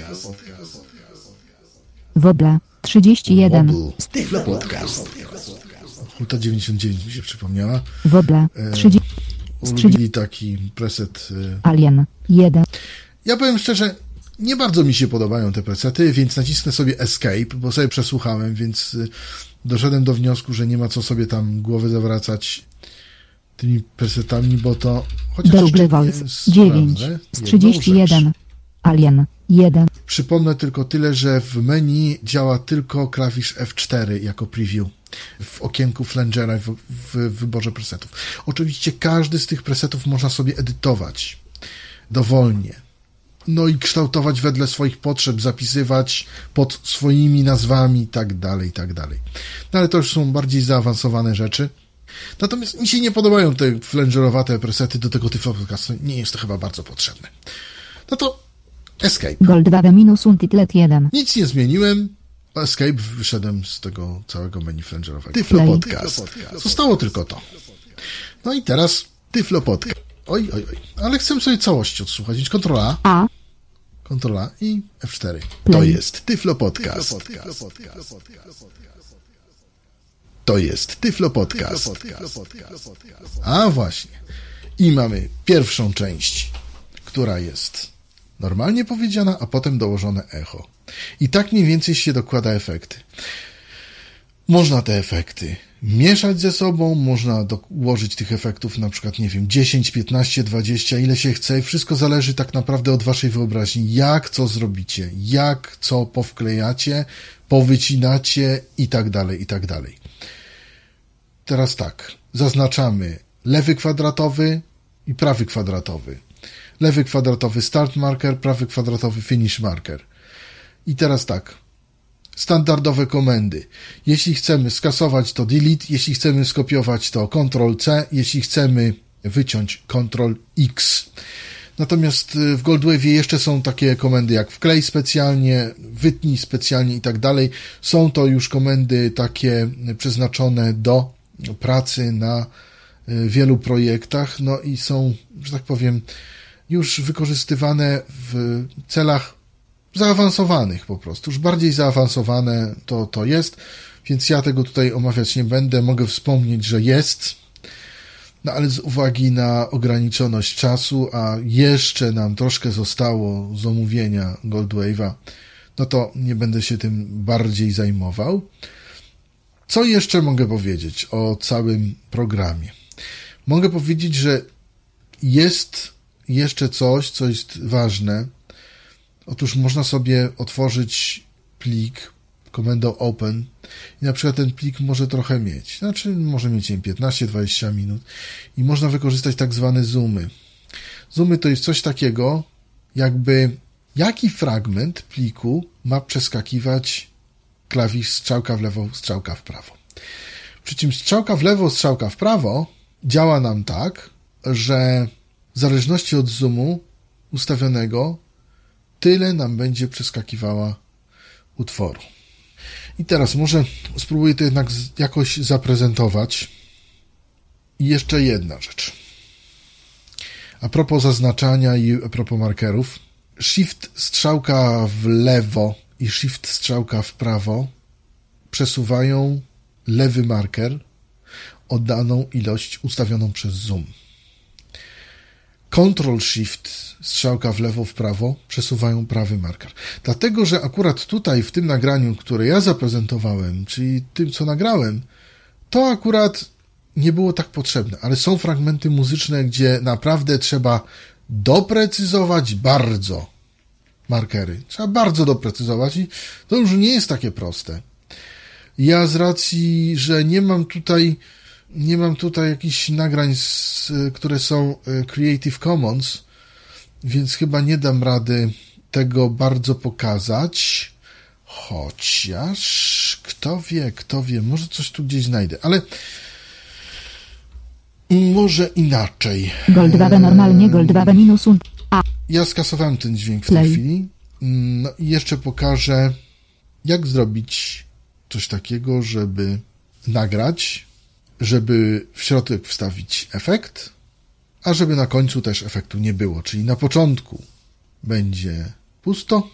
Woble trzydzieści jeden. Wobble. Tyflo Podcast. Hulta dziewięćdziesiąt dziewięć mi się przypomniała. Woble trzydzieści. Ulubili taki preset. y, Alien jeden. Ja powiem szczerze, nie bardzo mi się podobają te presety, więc nacisnę sobie Escape, bo sobie przesłuchałem, więc y, doszedłem do wniosku, że nie ma co sobie tam głowy zawracać tymi presetami, bo to chociaż Double jeszcze Voice nie dziewięć. sprawdzę z jedną trzydzieści jeden. rzecz. Alien jeden. Przypomnę tylko tyle, że w menu działa tylko klawisz F cztery jako preview w okienku Flangera w, w wyborze presetów. Oczywiście każdy z tych presetów można sobie edytować dowolnie. No i kształtować wedle swoich potrzeb, zapisywać pod swoimi nazwami i tak dalej, i tak dalej. No ale to już są bardziej zaawansowane rzeczy. Natomiast mi się nie podobają te flangerowate presety do tego Tyflo Podcastu. Nie jest to chyba bardzo potrzebne. No to Escape. Gold dwa minus Untitlet jeden. Nic nie zmieniłem. Escape, wyszedłem z tego całego menu flangerowego. Tyflo Play. Podcast. Zostało tylko to. No i teraz... Tyflo Podcast. Oj, oj, oj. Ale chcę sobie całości odsłuchać. Więc Ctrl-A, A. Ctrl-A i F cztery. To Play. jest Tyflo Podcast. To jest Tyflo Podcast. A właśnie. I mamy pierwszą część, która jest normalnie powiedziana, a potem dołożone echo. I tak mniej więcej się dokłada efekty. Można te efekty mieszać ze sobą, można dołożyć tych efektów na przykład, nie wiem, dziesięć, piętnaście, dwadzieścia, ile się chce. Wszystko zależy tak naprawdę od waszej wyobraźni. Jak co zrobicie, jak co powklejacie, powycinacie i tak dalej, i tak dalej. Teraz tak, zaznaczamy lewy kwadratowy i prawy kwadratowy. Lewy kwadratowy start marker, prawy kwadratowy finish marker. I teraz tak, standardowe komendy. Jeśli chcemy skasować, to delete, jeśli chcemy skopiować, to Ctrl C, jeśli chcemy wyciąć, Ctrl X. Natomiast w Goldwave'ie jeszcze są takie komendy jak wklej specjalnie, wytnij specjalnie i tak dalej. Są to już komendy takie przeznaczone do pracy na wielu projektach, no i są, że tak powiem, już wykorzystywane w celach zaawansowanych po prostu. Już bardziej zaawansowane to, to jest, więc ja tego tutaj omawiać nie będę. Mogę wspomnieć, że jest, no ale z uwagi na ograniczoność czasu, a jeszcze nam troszkę zostało z omówienia Goldwave'a, no to nie będę się tym bardziej zajmował. Co jeszcze mogę powiedzieć o całym programie? Mogę powiedzieć, że jest jeszcze coś, co jest ważne. Otóż można sobie otworzyć plik komendą open i na przykład ten plik może trochę mieć. Znaczy może mieć piętnaście do dwudziestu minut i można wykorzystać tak zwane zoomy. Zoomy to jest coś takiego, jakby jaki fragment pliku ma przeskakiwać klawisz strzałka w lewo, strzałka w prawo. Przy czym strzałka w lewo, strzałka w prawo działa nam tak, że w zależności od zoomu ustawionego tyle nam będzie przeskakiwała utworu. I teraz może spróbuję to jednak jakoś zaprezentować. I jeszcze jedna rzecz. A propos zaznaczania i a propos markerów. Shift strzałka w lewo i Shift strzałka w prawo przesuwają lewy marker o daną ilość ustawioną przez zoom. Control Shift strzałka w lewo, w prawo przesuwają prawy marker. Dlatego, że akurat tutaj w tym nagraniu, które ja zaprezentowałem, czyli tym, co nagrałem, to akurat nie było tak potrzebne, ale są fragmenty muzyczne, gdzie naprawdę trzeba doprecyzować bardzo markery. Trzeba bardzo doprecyzować i to już nie jest takie proste. Ja z racji, że nie mam tutaj nie mam tutaj jakichś nagrań, z, które są Creative Commons, więc chyba nie dam rady tego bardzo pokazać. Chociaż kto wie, kto wie, może coś tu gdzieś znajdę, ale może inaczej. Goldwave'e normalnie, Goldwave'e minus un. A. Ja skasowałem ten dźwięk w Play. tej chwili. No i jeszcze pokażę, jak zrobić coś takiego, żeby nagrać, żeby w środek wstawić efekt, a żeby na końcu też efektu nie było. Czyli na początku będzie pusto,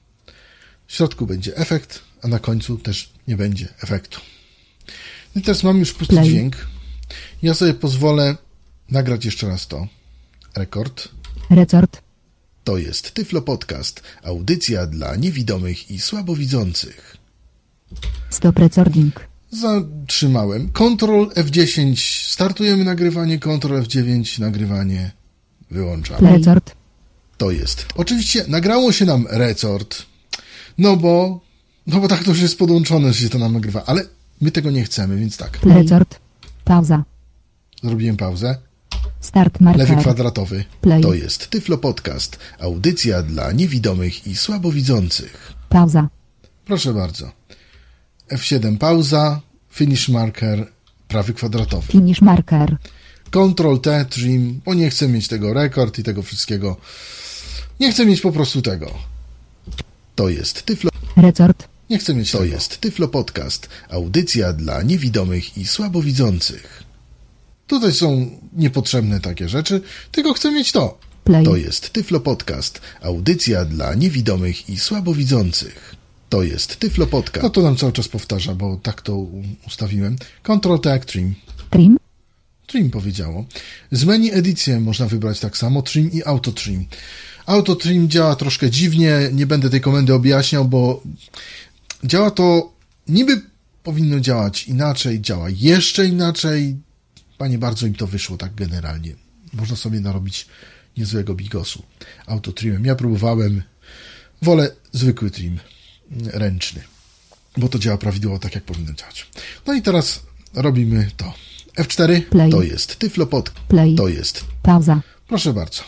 w środku będzie efekt, a na końcu też nie będzie efektu. I teraz mam już pusty Play. dźwięk. Ja sobie pozwolę nagrać jeszcze raz to. Rekord. Rekord. To jest Tyflo Podcast, audycja dla niewidomych i słabowidzących. Stop recording. Zatrzymałem. Ctrl F dziesięć. Startujemy nagrywanie. Ctrl F dziewięć. Nagrywanie. Wyłączamy. Rekord. To jest. Oczywiście nagrało się nam rekord. No bo, no bo tak to już jest podłączone, że się to nam nagrywa. Ale my tego nie chcemy, więc tak. Rekord. Pauza. Zrobiłem pauzę. Start marker. Lewy kwadratowy. Play. To jest Tyflo Podcast, audycja dla niewidomych i słabowidzących. Pauza. Proszę bardzo. F siedem pauza, finish marker, prawy kwadratowy. Finish marker. Ctrl T, trim, bo nie chcę mieć tego rekord i tego wszystkiego. Nie chcę mieć po prostu tego. To jest Tyflo... Rekord. Nie chcę mieć to tego. Jest Tyflo Podcast, audycja dla niewidomych i słabowidzących. Tutaj są niepotrzebne takie rzeczy, tylko chcę mieć to. Play. To jest Tyflo Podcast, audycja dla niewidomych i słabowidzących. To jest Tyflo Podcast. No to nam cały czas powtarza, bo tak to ustawiłem. Ctrl T, trim. Trim. Trim powiedziało. Z menu edycję można wybrać tak samo, trim i auto trim. Auto trim działa troszkę dziwnie, nie będę tej komendy objaśniał, bo działa to, niby powinno działać inaczej, działa jeszcze inaczej. Panie, bardzo im to wyszło tak generalnie. Można sobie narobić niezłego bigosu auto trimem. Ja próbowałem, wolę zwykły trim ręczny, bo to działa prawidłowo tak, jak powinno działać. No i teraz robimy to. F cztery. Play. To jest Tyflo Pod. Play. To jest. Pauza. Proszę bardzo.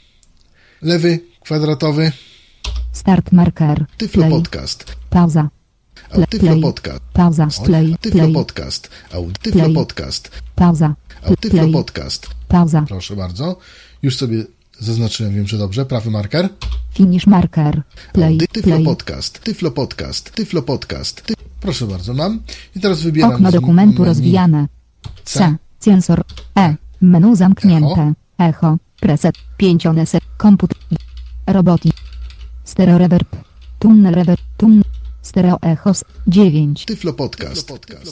Lewy kwadratowy. Start marker. Tyflo Play. Podcast. Pauza. Au, Tyflo Play. Podcast. Pauza. Oj, Play. Tyflo Play. Podcast. Au, Tyflo Play. Podcast. Pauza. Au, Tyflo Play. Podcast. Pauza. Proszę bardzo. Już sobie Zaznaczyłem, wiem, że dobrze. Prawy marker. Finish marker. Play. Tyflo Play. Podcast, Tyflo Podcast, Tyflo Podcast. Ty... Proszę bardzo, mam. I teraz wybieram Okno z dokumentu menu rozwijane. C. C. Sensor. E. Menu zamknięte. Echo. Preset. pięć-oneset. Komputer. Roboty. Stereo reverb. Tunnel reverb. Tun. Stereo echos. dziewięć. Tyflo Podcast.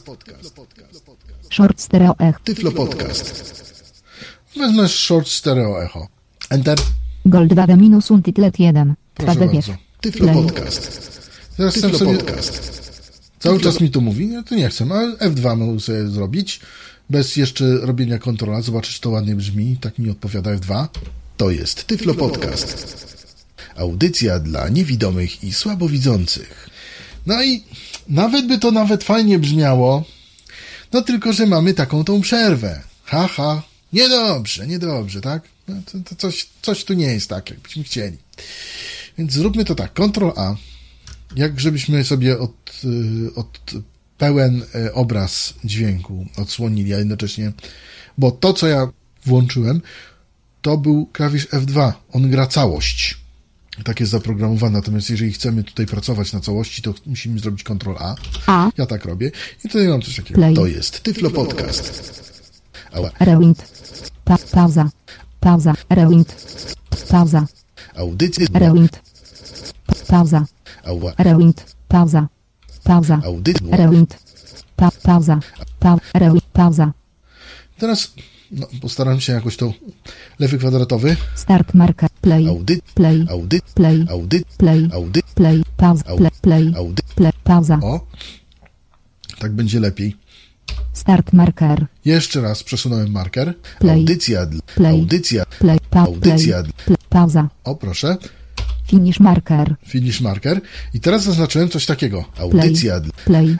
Short stereo echo. Tyflo Podcast. Wezmę short stereo echo. Enter. Gold dwa minus Untitled jeden. Proszę dwa D bardzo. Tyflo Play. Podcast. Teraz chcę sobie... Cały czas mi to mówi, no to nie chcę, ale F dwa mogę sobie zrobić. Bez jeszcze robienia kontrola. Zobaczyć, to ładnie brzmi. Tak mi odpowiada F dwa. To jest Tyflo Podcast. Audycja dla niewidomych i słabowidzących. No i nawet by to nawet fajnie brzmiało, no tylko, że mamy taką tą przerwę. Ha, ha. Niedobrze, niedobrze, tak? No to, to coś, coś tu nie jest tak, jakbyśmy chcieli. Więc zróbmy to tak. Ctrl A. Jak żebyśmy sobie od, od pełen obraz dźwięku odsłonili, a jednocześnie, bo to, co ja włączyłem, to był klawisz F dwa. On gra całość. Tak jest zaprogramowane. Natomiast jeżeli chcemy tutaj pracować na całości, to musimy zrobić Ctrl A. A. Ja tak robię. I tutaj mam coś takiego. Play. To jest Tyflo Podcast. Ała. Rewind. Pa pauza. Pauza. Rewind. Pauza. Audycja. Rewind. Pa pauza. Ała. Rewind. Pauza. Pauza. Audycja. Rewind. Pa pauza. Pa rewind. Pauza. Teraz no, postaram się jakoś to lewy kwadratowy. Start marker. Play. Audyt. Play. Audyt. Play. Audyt. Play. Audyt. Play. Pauza. Play. Play. Audyt. Play. Pauza. O. Tak będzie lepiej. Start marker. Jeszcze raz przesunąłem marker. Play. Audycja. Dla, Play. audycja. Play. Pa Audycja. play. Play. Pauza. O, proszę. Finish marker. Finish marker. I teraz zaznaczyłem coś takiego. Audycja. Dla, Play.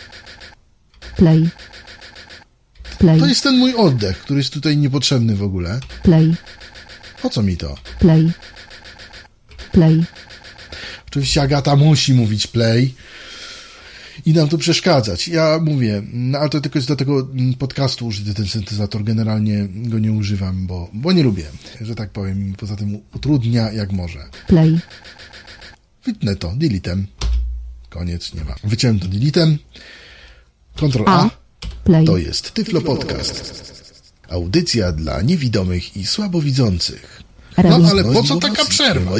Play. Play. to jest ten mój oddech, który jest tutaj niepotrzebny w ogóle. Play. Po co mi to? Play. Play. Oczywiście Agata musi mówić play i nam to przeszkadzać. Ja mówię, no ale to tylko jest do tego podcastu użyty ten syntezator. Generalnie go nie używam, bo, bo nie lubię, że tak powiem. Poza tym utrudnia jak może. Play. Wytnę to deletem. Koniec, nie ma. Wyciąłem to deletem. Ctrl A. A. Play. To jest Tyflo Podcast. Audycja dla niewidomych i słabowidzących. No Rewind. ale po co taka przerwa?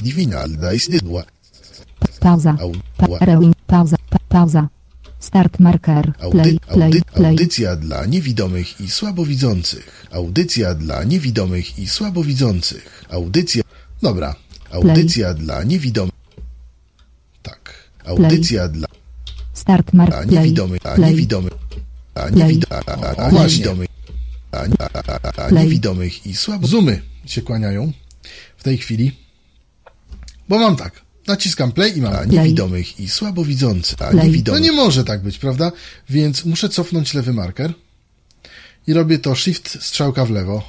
Pauza. Pa rewind. Pauza. Pa pauza. Start marker. Play. Audy, Play. audy, Play. audycja dla niewidomych i słabowidzących. Audycja dla niewidomych i słabowidzących. Audycja... Dobra. Audycja Play. Dla niewidomych... Tak. Audycja Play. Dla... Start marker. Dla niewidomych... Dla niewidomych... Dla niewidomych... Dla niewidomych... Dla niewidomych i słabowidzących. Zoomy się kłaniają w tej chwili. Bo mam tak. Naciskam play i mam dla niewidomych i słabowidzących. No nie może tak być, prawda? Więc muszę cofnąć lewy marker i robię to shift strzałka w lewo.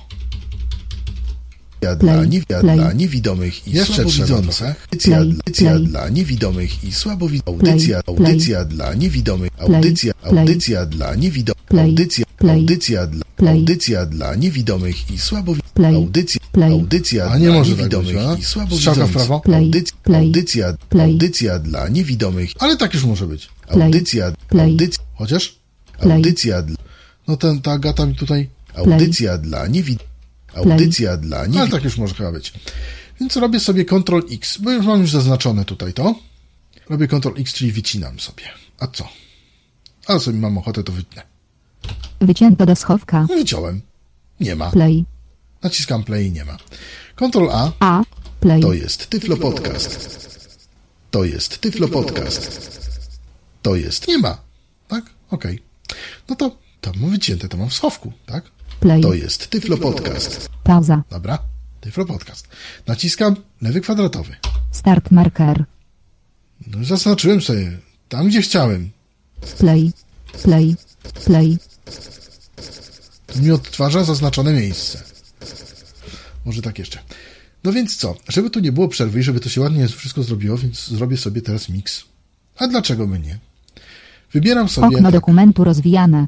Dla, nie, dla niewidomych i słabowidzących. Audycja, audycja dla niewidomych i słabowidzących. Audycja, audycja dla niewidomych. Audycja, audycja dla niewidomych. Audycja, audycja dla, audycja dla niewidomych i słabowidzących. Audycja, audycja dla niewidomych i słabowidzących. Audycja, audycja, audycja dla niewidomych. Ale tak już może być. Audycja, audycja, chociaż audycja dla... No ten, ta Agata mi tutaj... Audycja dla niewidomych. Audycja Play. Dla niewidomych. Ale tak już może chyba być. Więc robię sobie Ctrl X, bo już mam już zaznaczone tutaj to. Robię Ctrl X, czyli wycinam sobie. A co? Ale sobie mam ochotę, to wytnę. Wycięto do schowka. Wyciąłem. Nie ma. Play. Naciskam play i nie ma. Ctrl A. A. Play. To jest Tyflo Podcast. To jest Tyflo Podcast. To jest... Nie ma. Tak? Okej. Okay. No to to mam wycięte, to mam w schowku, tak? Play. To jest Tyflo Podcast. Pauza. Dobra. Tyflo Podcast. Naciskam lewy kwadratowy. Start marker. No zaznaczyłem sobie tam, gdzie chciałem. Play. Play. Play. To mi odtwarza zaznaczone miejsce. Może tak jeszcze. No więc co? Żeby tu nie było przerwy i żeby to się ładnie wszystko zrobiło, więc zrobię sobie teraz mix. A dlaczego by nie? Wybieram sobie... Okno tak. dokumentu rozwijane.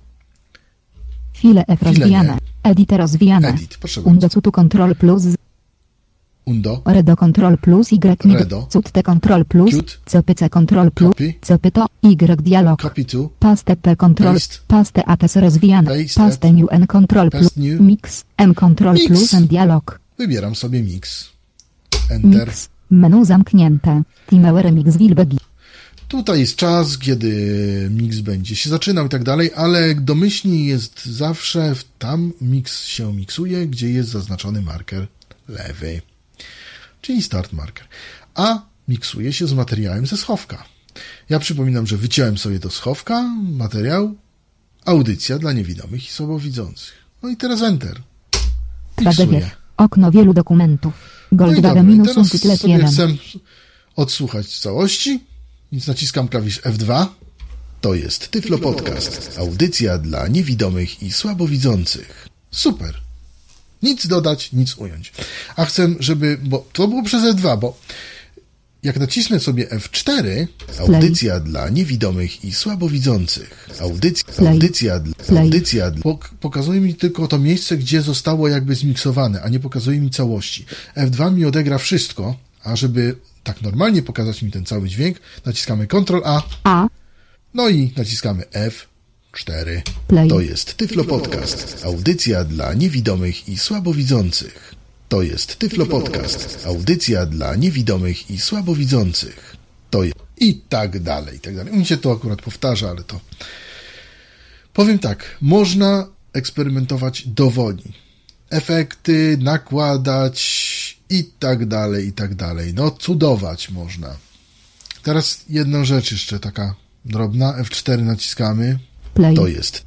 File F rozwijane. Edit rozwijane. Edit, proszę bardzo. Windows tu Control plus. Undo. Redo Control plus Y. Redo. Cut Control plus. Cut. C P C Control plus. Copy. C P to Y dialog. Copy to. Paste P Control. Paste. Paste A T S rozwijane. Paste Paste at. New N Control plus. Paste new. Mix M Control Mix. plus N dialog. Wybieram sobie mix. Enter. Mix. Menu zamknięte. Timewer Mix Wilbegi. Tutaj jest czas, kiedy mix będzie się zaczynał i tak dalej, ale domyślnie jest zawsze w tam mix się miksuje, gdzie jest zaznaczony marker lewy, czyli start marker. A miksuje się z materiałem ze schowka. Ja przypominam, że wyciąłem sobie do schowka materiał audycja dla niewidomych i słabowidzących. No i teraz enter. Miksuję. Okno wielu dokumentów. No i Goldwaga dobra, i minus teraz Untytlet sobie jeden. chcę odsłuchać całości, więc naciskam klawisz F dwa. To jest Tyflo Podcast, audycja dla niewidomych i słabowidzących. Super. Nic dodać, nic ująć. A chcę, żeby, bo to było przez F dwa, bo jak nacisnę sobie F cztery, audycja dla niewidomych i słabowidzących. Audycja, Play. audycja, dla, Play. audycja dla, pok- pokazuje mi tylko to miejsce, gdzie zostało jakby zmiksowane, a nie pokazuje mi całości. F dwa mi odegra wszystko, a żeby tak normalnie pokazać mi ten cały dźwięk, naciskamy Ctrl A, A. no i naciskamy F cztery. Play. To jest Tyflo Podcast, audycja dla niewidomych i słabowidzących. To jest Tyflo Podcast, audycja dla niewidomych i słabowidzących. To jest... I tak dalej, i tak dalej. Mi się to akurat powtarza, ale to... Powiem tak, można eksperymentować dowoli. Efekty, nakładać i tak dalej, i tak dalej. No, cudować można. Teraz jedna rzecz jeszcze taka drobna. F cztery naciskamy. Play. To jest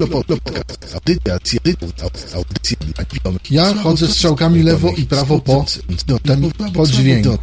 ja chodzę strzałkami lewo i prawo po, po dźwięku.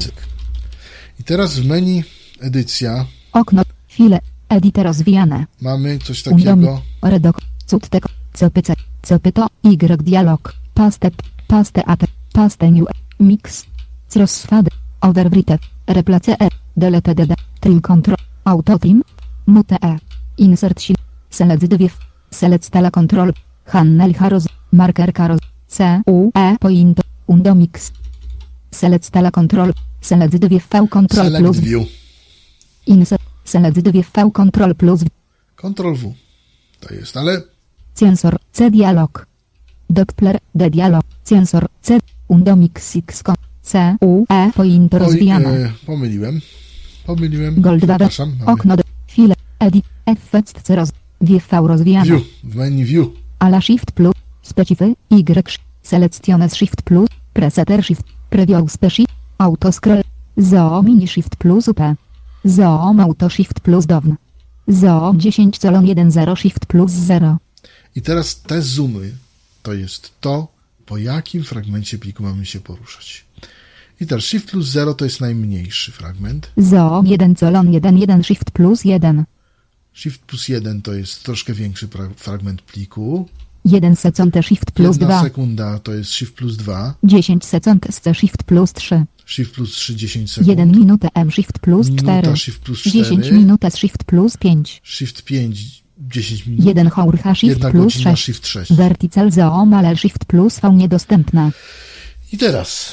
I teraz w menu edycja Okno. File. Edity rozwijane. mamy coś Undomi. takiego. Redok. Cuttek. C P C. C P to Y dialog. Paste. Paste A T. Paste New. Mix. Crossfade. Overwrite. Replace E. Delete D D. Trim Control. Auto Trim. Mute E. Insert Sil. Select dwie. Select Stala Control. Hannel Haroz. Marker Caroz. C. U. E. Point. Undomix. Select Stala Control. Select dwie V Control Select plus. View. Insert. Select dwie V Control plus. Ctrl W. To jest, ale Sensor. C dialog. Doppler. D dialog. Sensor. C. Undomix X. C. U. E. Point oj, rozwijane. e, pomyliłem. Pomyliłem. Goldwaga. Przepraszam. Mamy Okno. D. File. Edit. Effect C roz. W V rozwijane. View. W menu View. Ala Shift plus. Specify. Y. Selectiones Shift plus. Presetter Shift. Preview Speci. Auto Scroll. Zoom Mini Shift plus U P. Zoom Auto Shift plus Down. Zoom dziesięć colon jeden zero Shift plus zero. I teraz te zoomy to jest to, po jakim fragmencie pliku mamy się poruszać. I teraz Shift plus zero to jest najmniejszy fragment. Zoom jeden colon jeden jeden Shift plus jeden. Shift plus jeden to jest troszkę większy pra- fragment pliku. jeden second Shift plus Jedna dwa. sekunda to jest Shift plus dwa. dziesięć second C Shift plus trzy. Shift plus trzy, dziesięć sekund. jeden minutę M Shift plus Minuta cztery. Shift plus dziesięć cztery. minut S Shift plus pięć. Shift pięć, dziesięć minut. jeden hour H Shift Jedna plus godzina sześć. Shift sześć. Vertical Zoom ale Shift plus V niedostępne. I teraz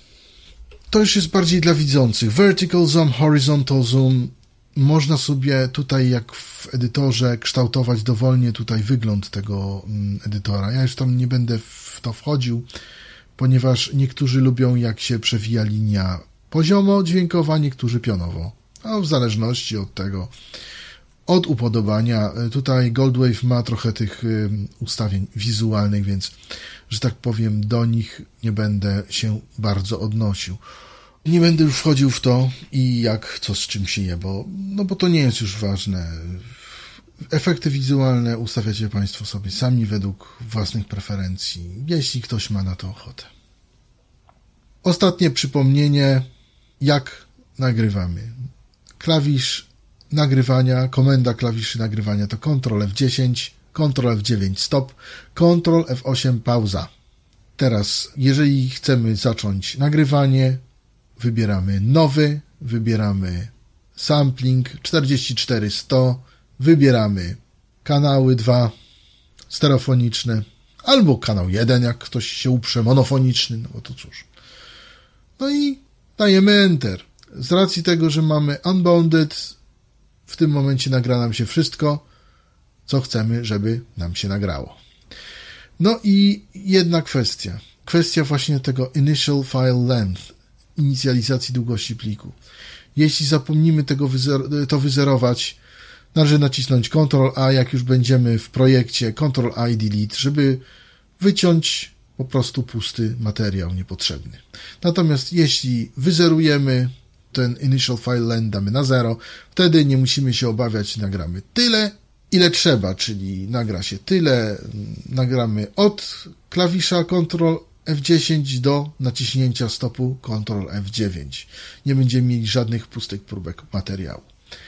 to już jest bardziej dla widzących. Vertical zoom, horizontal zoom. Można sobie tutaj, jak w edytorze, kształtować dowolnie tutaj wygląd tego mm, edytora. Ja już tam nie będę w to wchodził, ponieważ niektórzy lubią, jak się przewija linia poziomo dźwiękowa, niektórzy pionowo. A w zależności od tego, od upodobania. Tutaj Goldwave ma trochę tych y, ustawień wizualnych, więc, że tak powiem, do nich nie będę się bardzo odnosił. Nie będę już wchodził w to i jak, co z czym się je, bo, no bo to nie jest już ważne. Efekty wizualne ustawiacie Państwo sobie sami według własnych preferencji, jeśli ktoś ma na to ochotę. Ostatnie przypomnienie, jak nagrywamy. Klawisz nagrywania, komenda klawiszy nagrywania to Ctrl F dziesięć, Ctrl F dziewięć stop, Ctrl F osiem pauza. Teraz, jeżeli chcemy zacząć nagrywanie, wybieramy nowy, wybieramy sampling czterdzieści cztery sto, wybieramy kanały dwa stereofoniczne, albo kanał jeden, jak ktoś się uprze, monofoniczny, no bo to cóż. No i dajemy Enter. Z racji tego, że mamy Unbounded, w tym momencie nagra nam się wszystko, co chcemy, żeby nam się nagrało. No i jedna kwestia. Kwestia właśnie tego Initial File Length, inicjalizacji długości pliku. Jeśli zapomnimy tego wyzer- to wyzerować, należy nacisnąć kontrol A, jak już będziemy w projekcie, kontrol A i Delete, żeby wyciąć po prostu pusty materiał niepotrzebny. Natomiast jeśli wyzerujemy ten Initial File Length, damy na zero, wtedy nie musimy się obawiać, nagramy tyle, ile trzeba, czyli nagra się tyle, nagramy od klawisza kontrol F dziesięć do naciśnięcia stopu kontrol F dziewięć. Nie będziemy mieli żadnych pustych próbek materiału.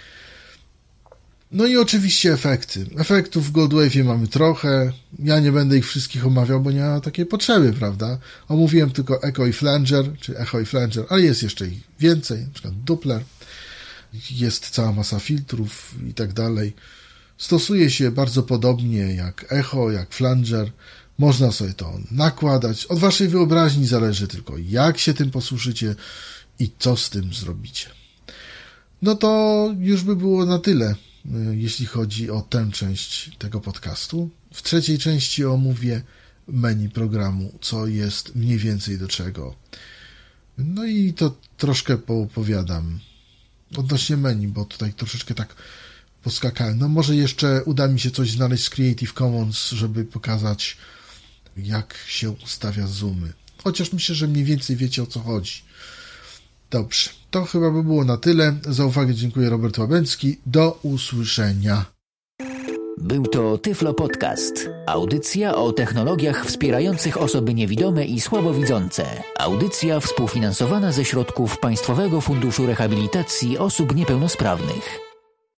No i oczywiście efekty. Efektów w Goldwave'ie mamy trochę. Ja nie będę ich wszystkich omawiał, bo nie ma takiej potrzeby, prawda? Omówiłem tylko Echo i Flanger, czy Echo i Flanger, ale jest jeszcze ich więcej, na przykład Doppler. Jest cała masa filtrów i tak dalej. Stosuje się bardzo podobnie jak Echo, jak Flanger. Można sobie to nakładać. Od waszej wyobraźni zależy tylko, jak się tym posłużycie i co z tym zrobicie. No to już by było na tyle, jeśli chodzi o tę część tego podcastu. W trzeciej części omówię menu programu, co jest mniej więcej do czego. No i to troszkę poopowiadam odnośnie menu, bo tutaj troszeczkę tak poskakałem. No może jeszcze uda mi się coś znaleźć z Creative Commons, żeby pokazać, jak się ustawia zoomy. Chociaż myślę, że mniej więcej wiecie, o co chodzi. Dobrze, to chyba by było na tyle. Za uwagę dziękuję, Robert Łabęcki. Do usłyszenia. Był to Tyflo Podcast. Audycja o technologiach wspierających osoby niewidome i słabowidzące. Audycja współfinansowana ze środków Państwowego Funduszu Rehabilitacji Osób Niepełnosprawnych.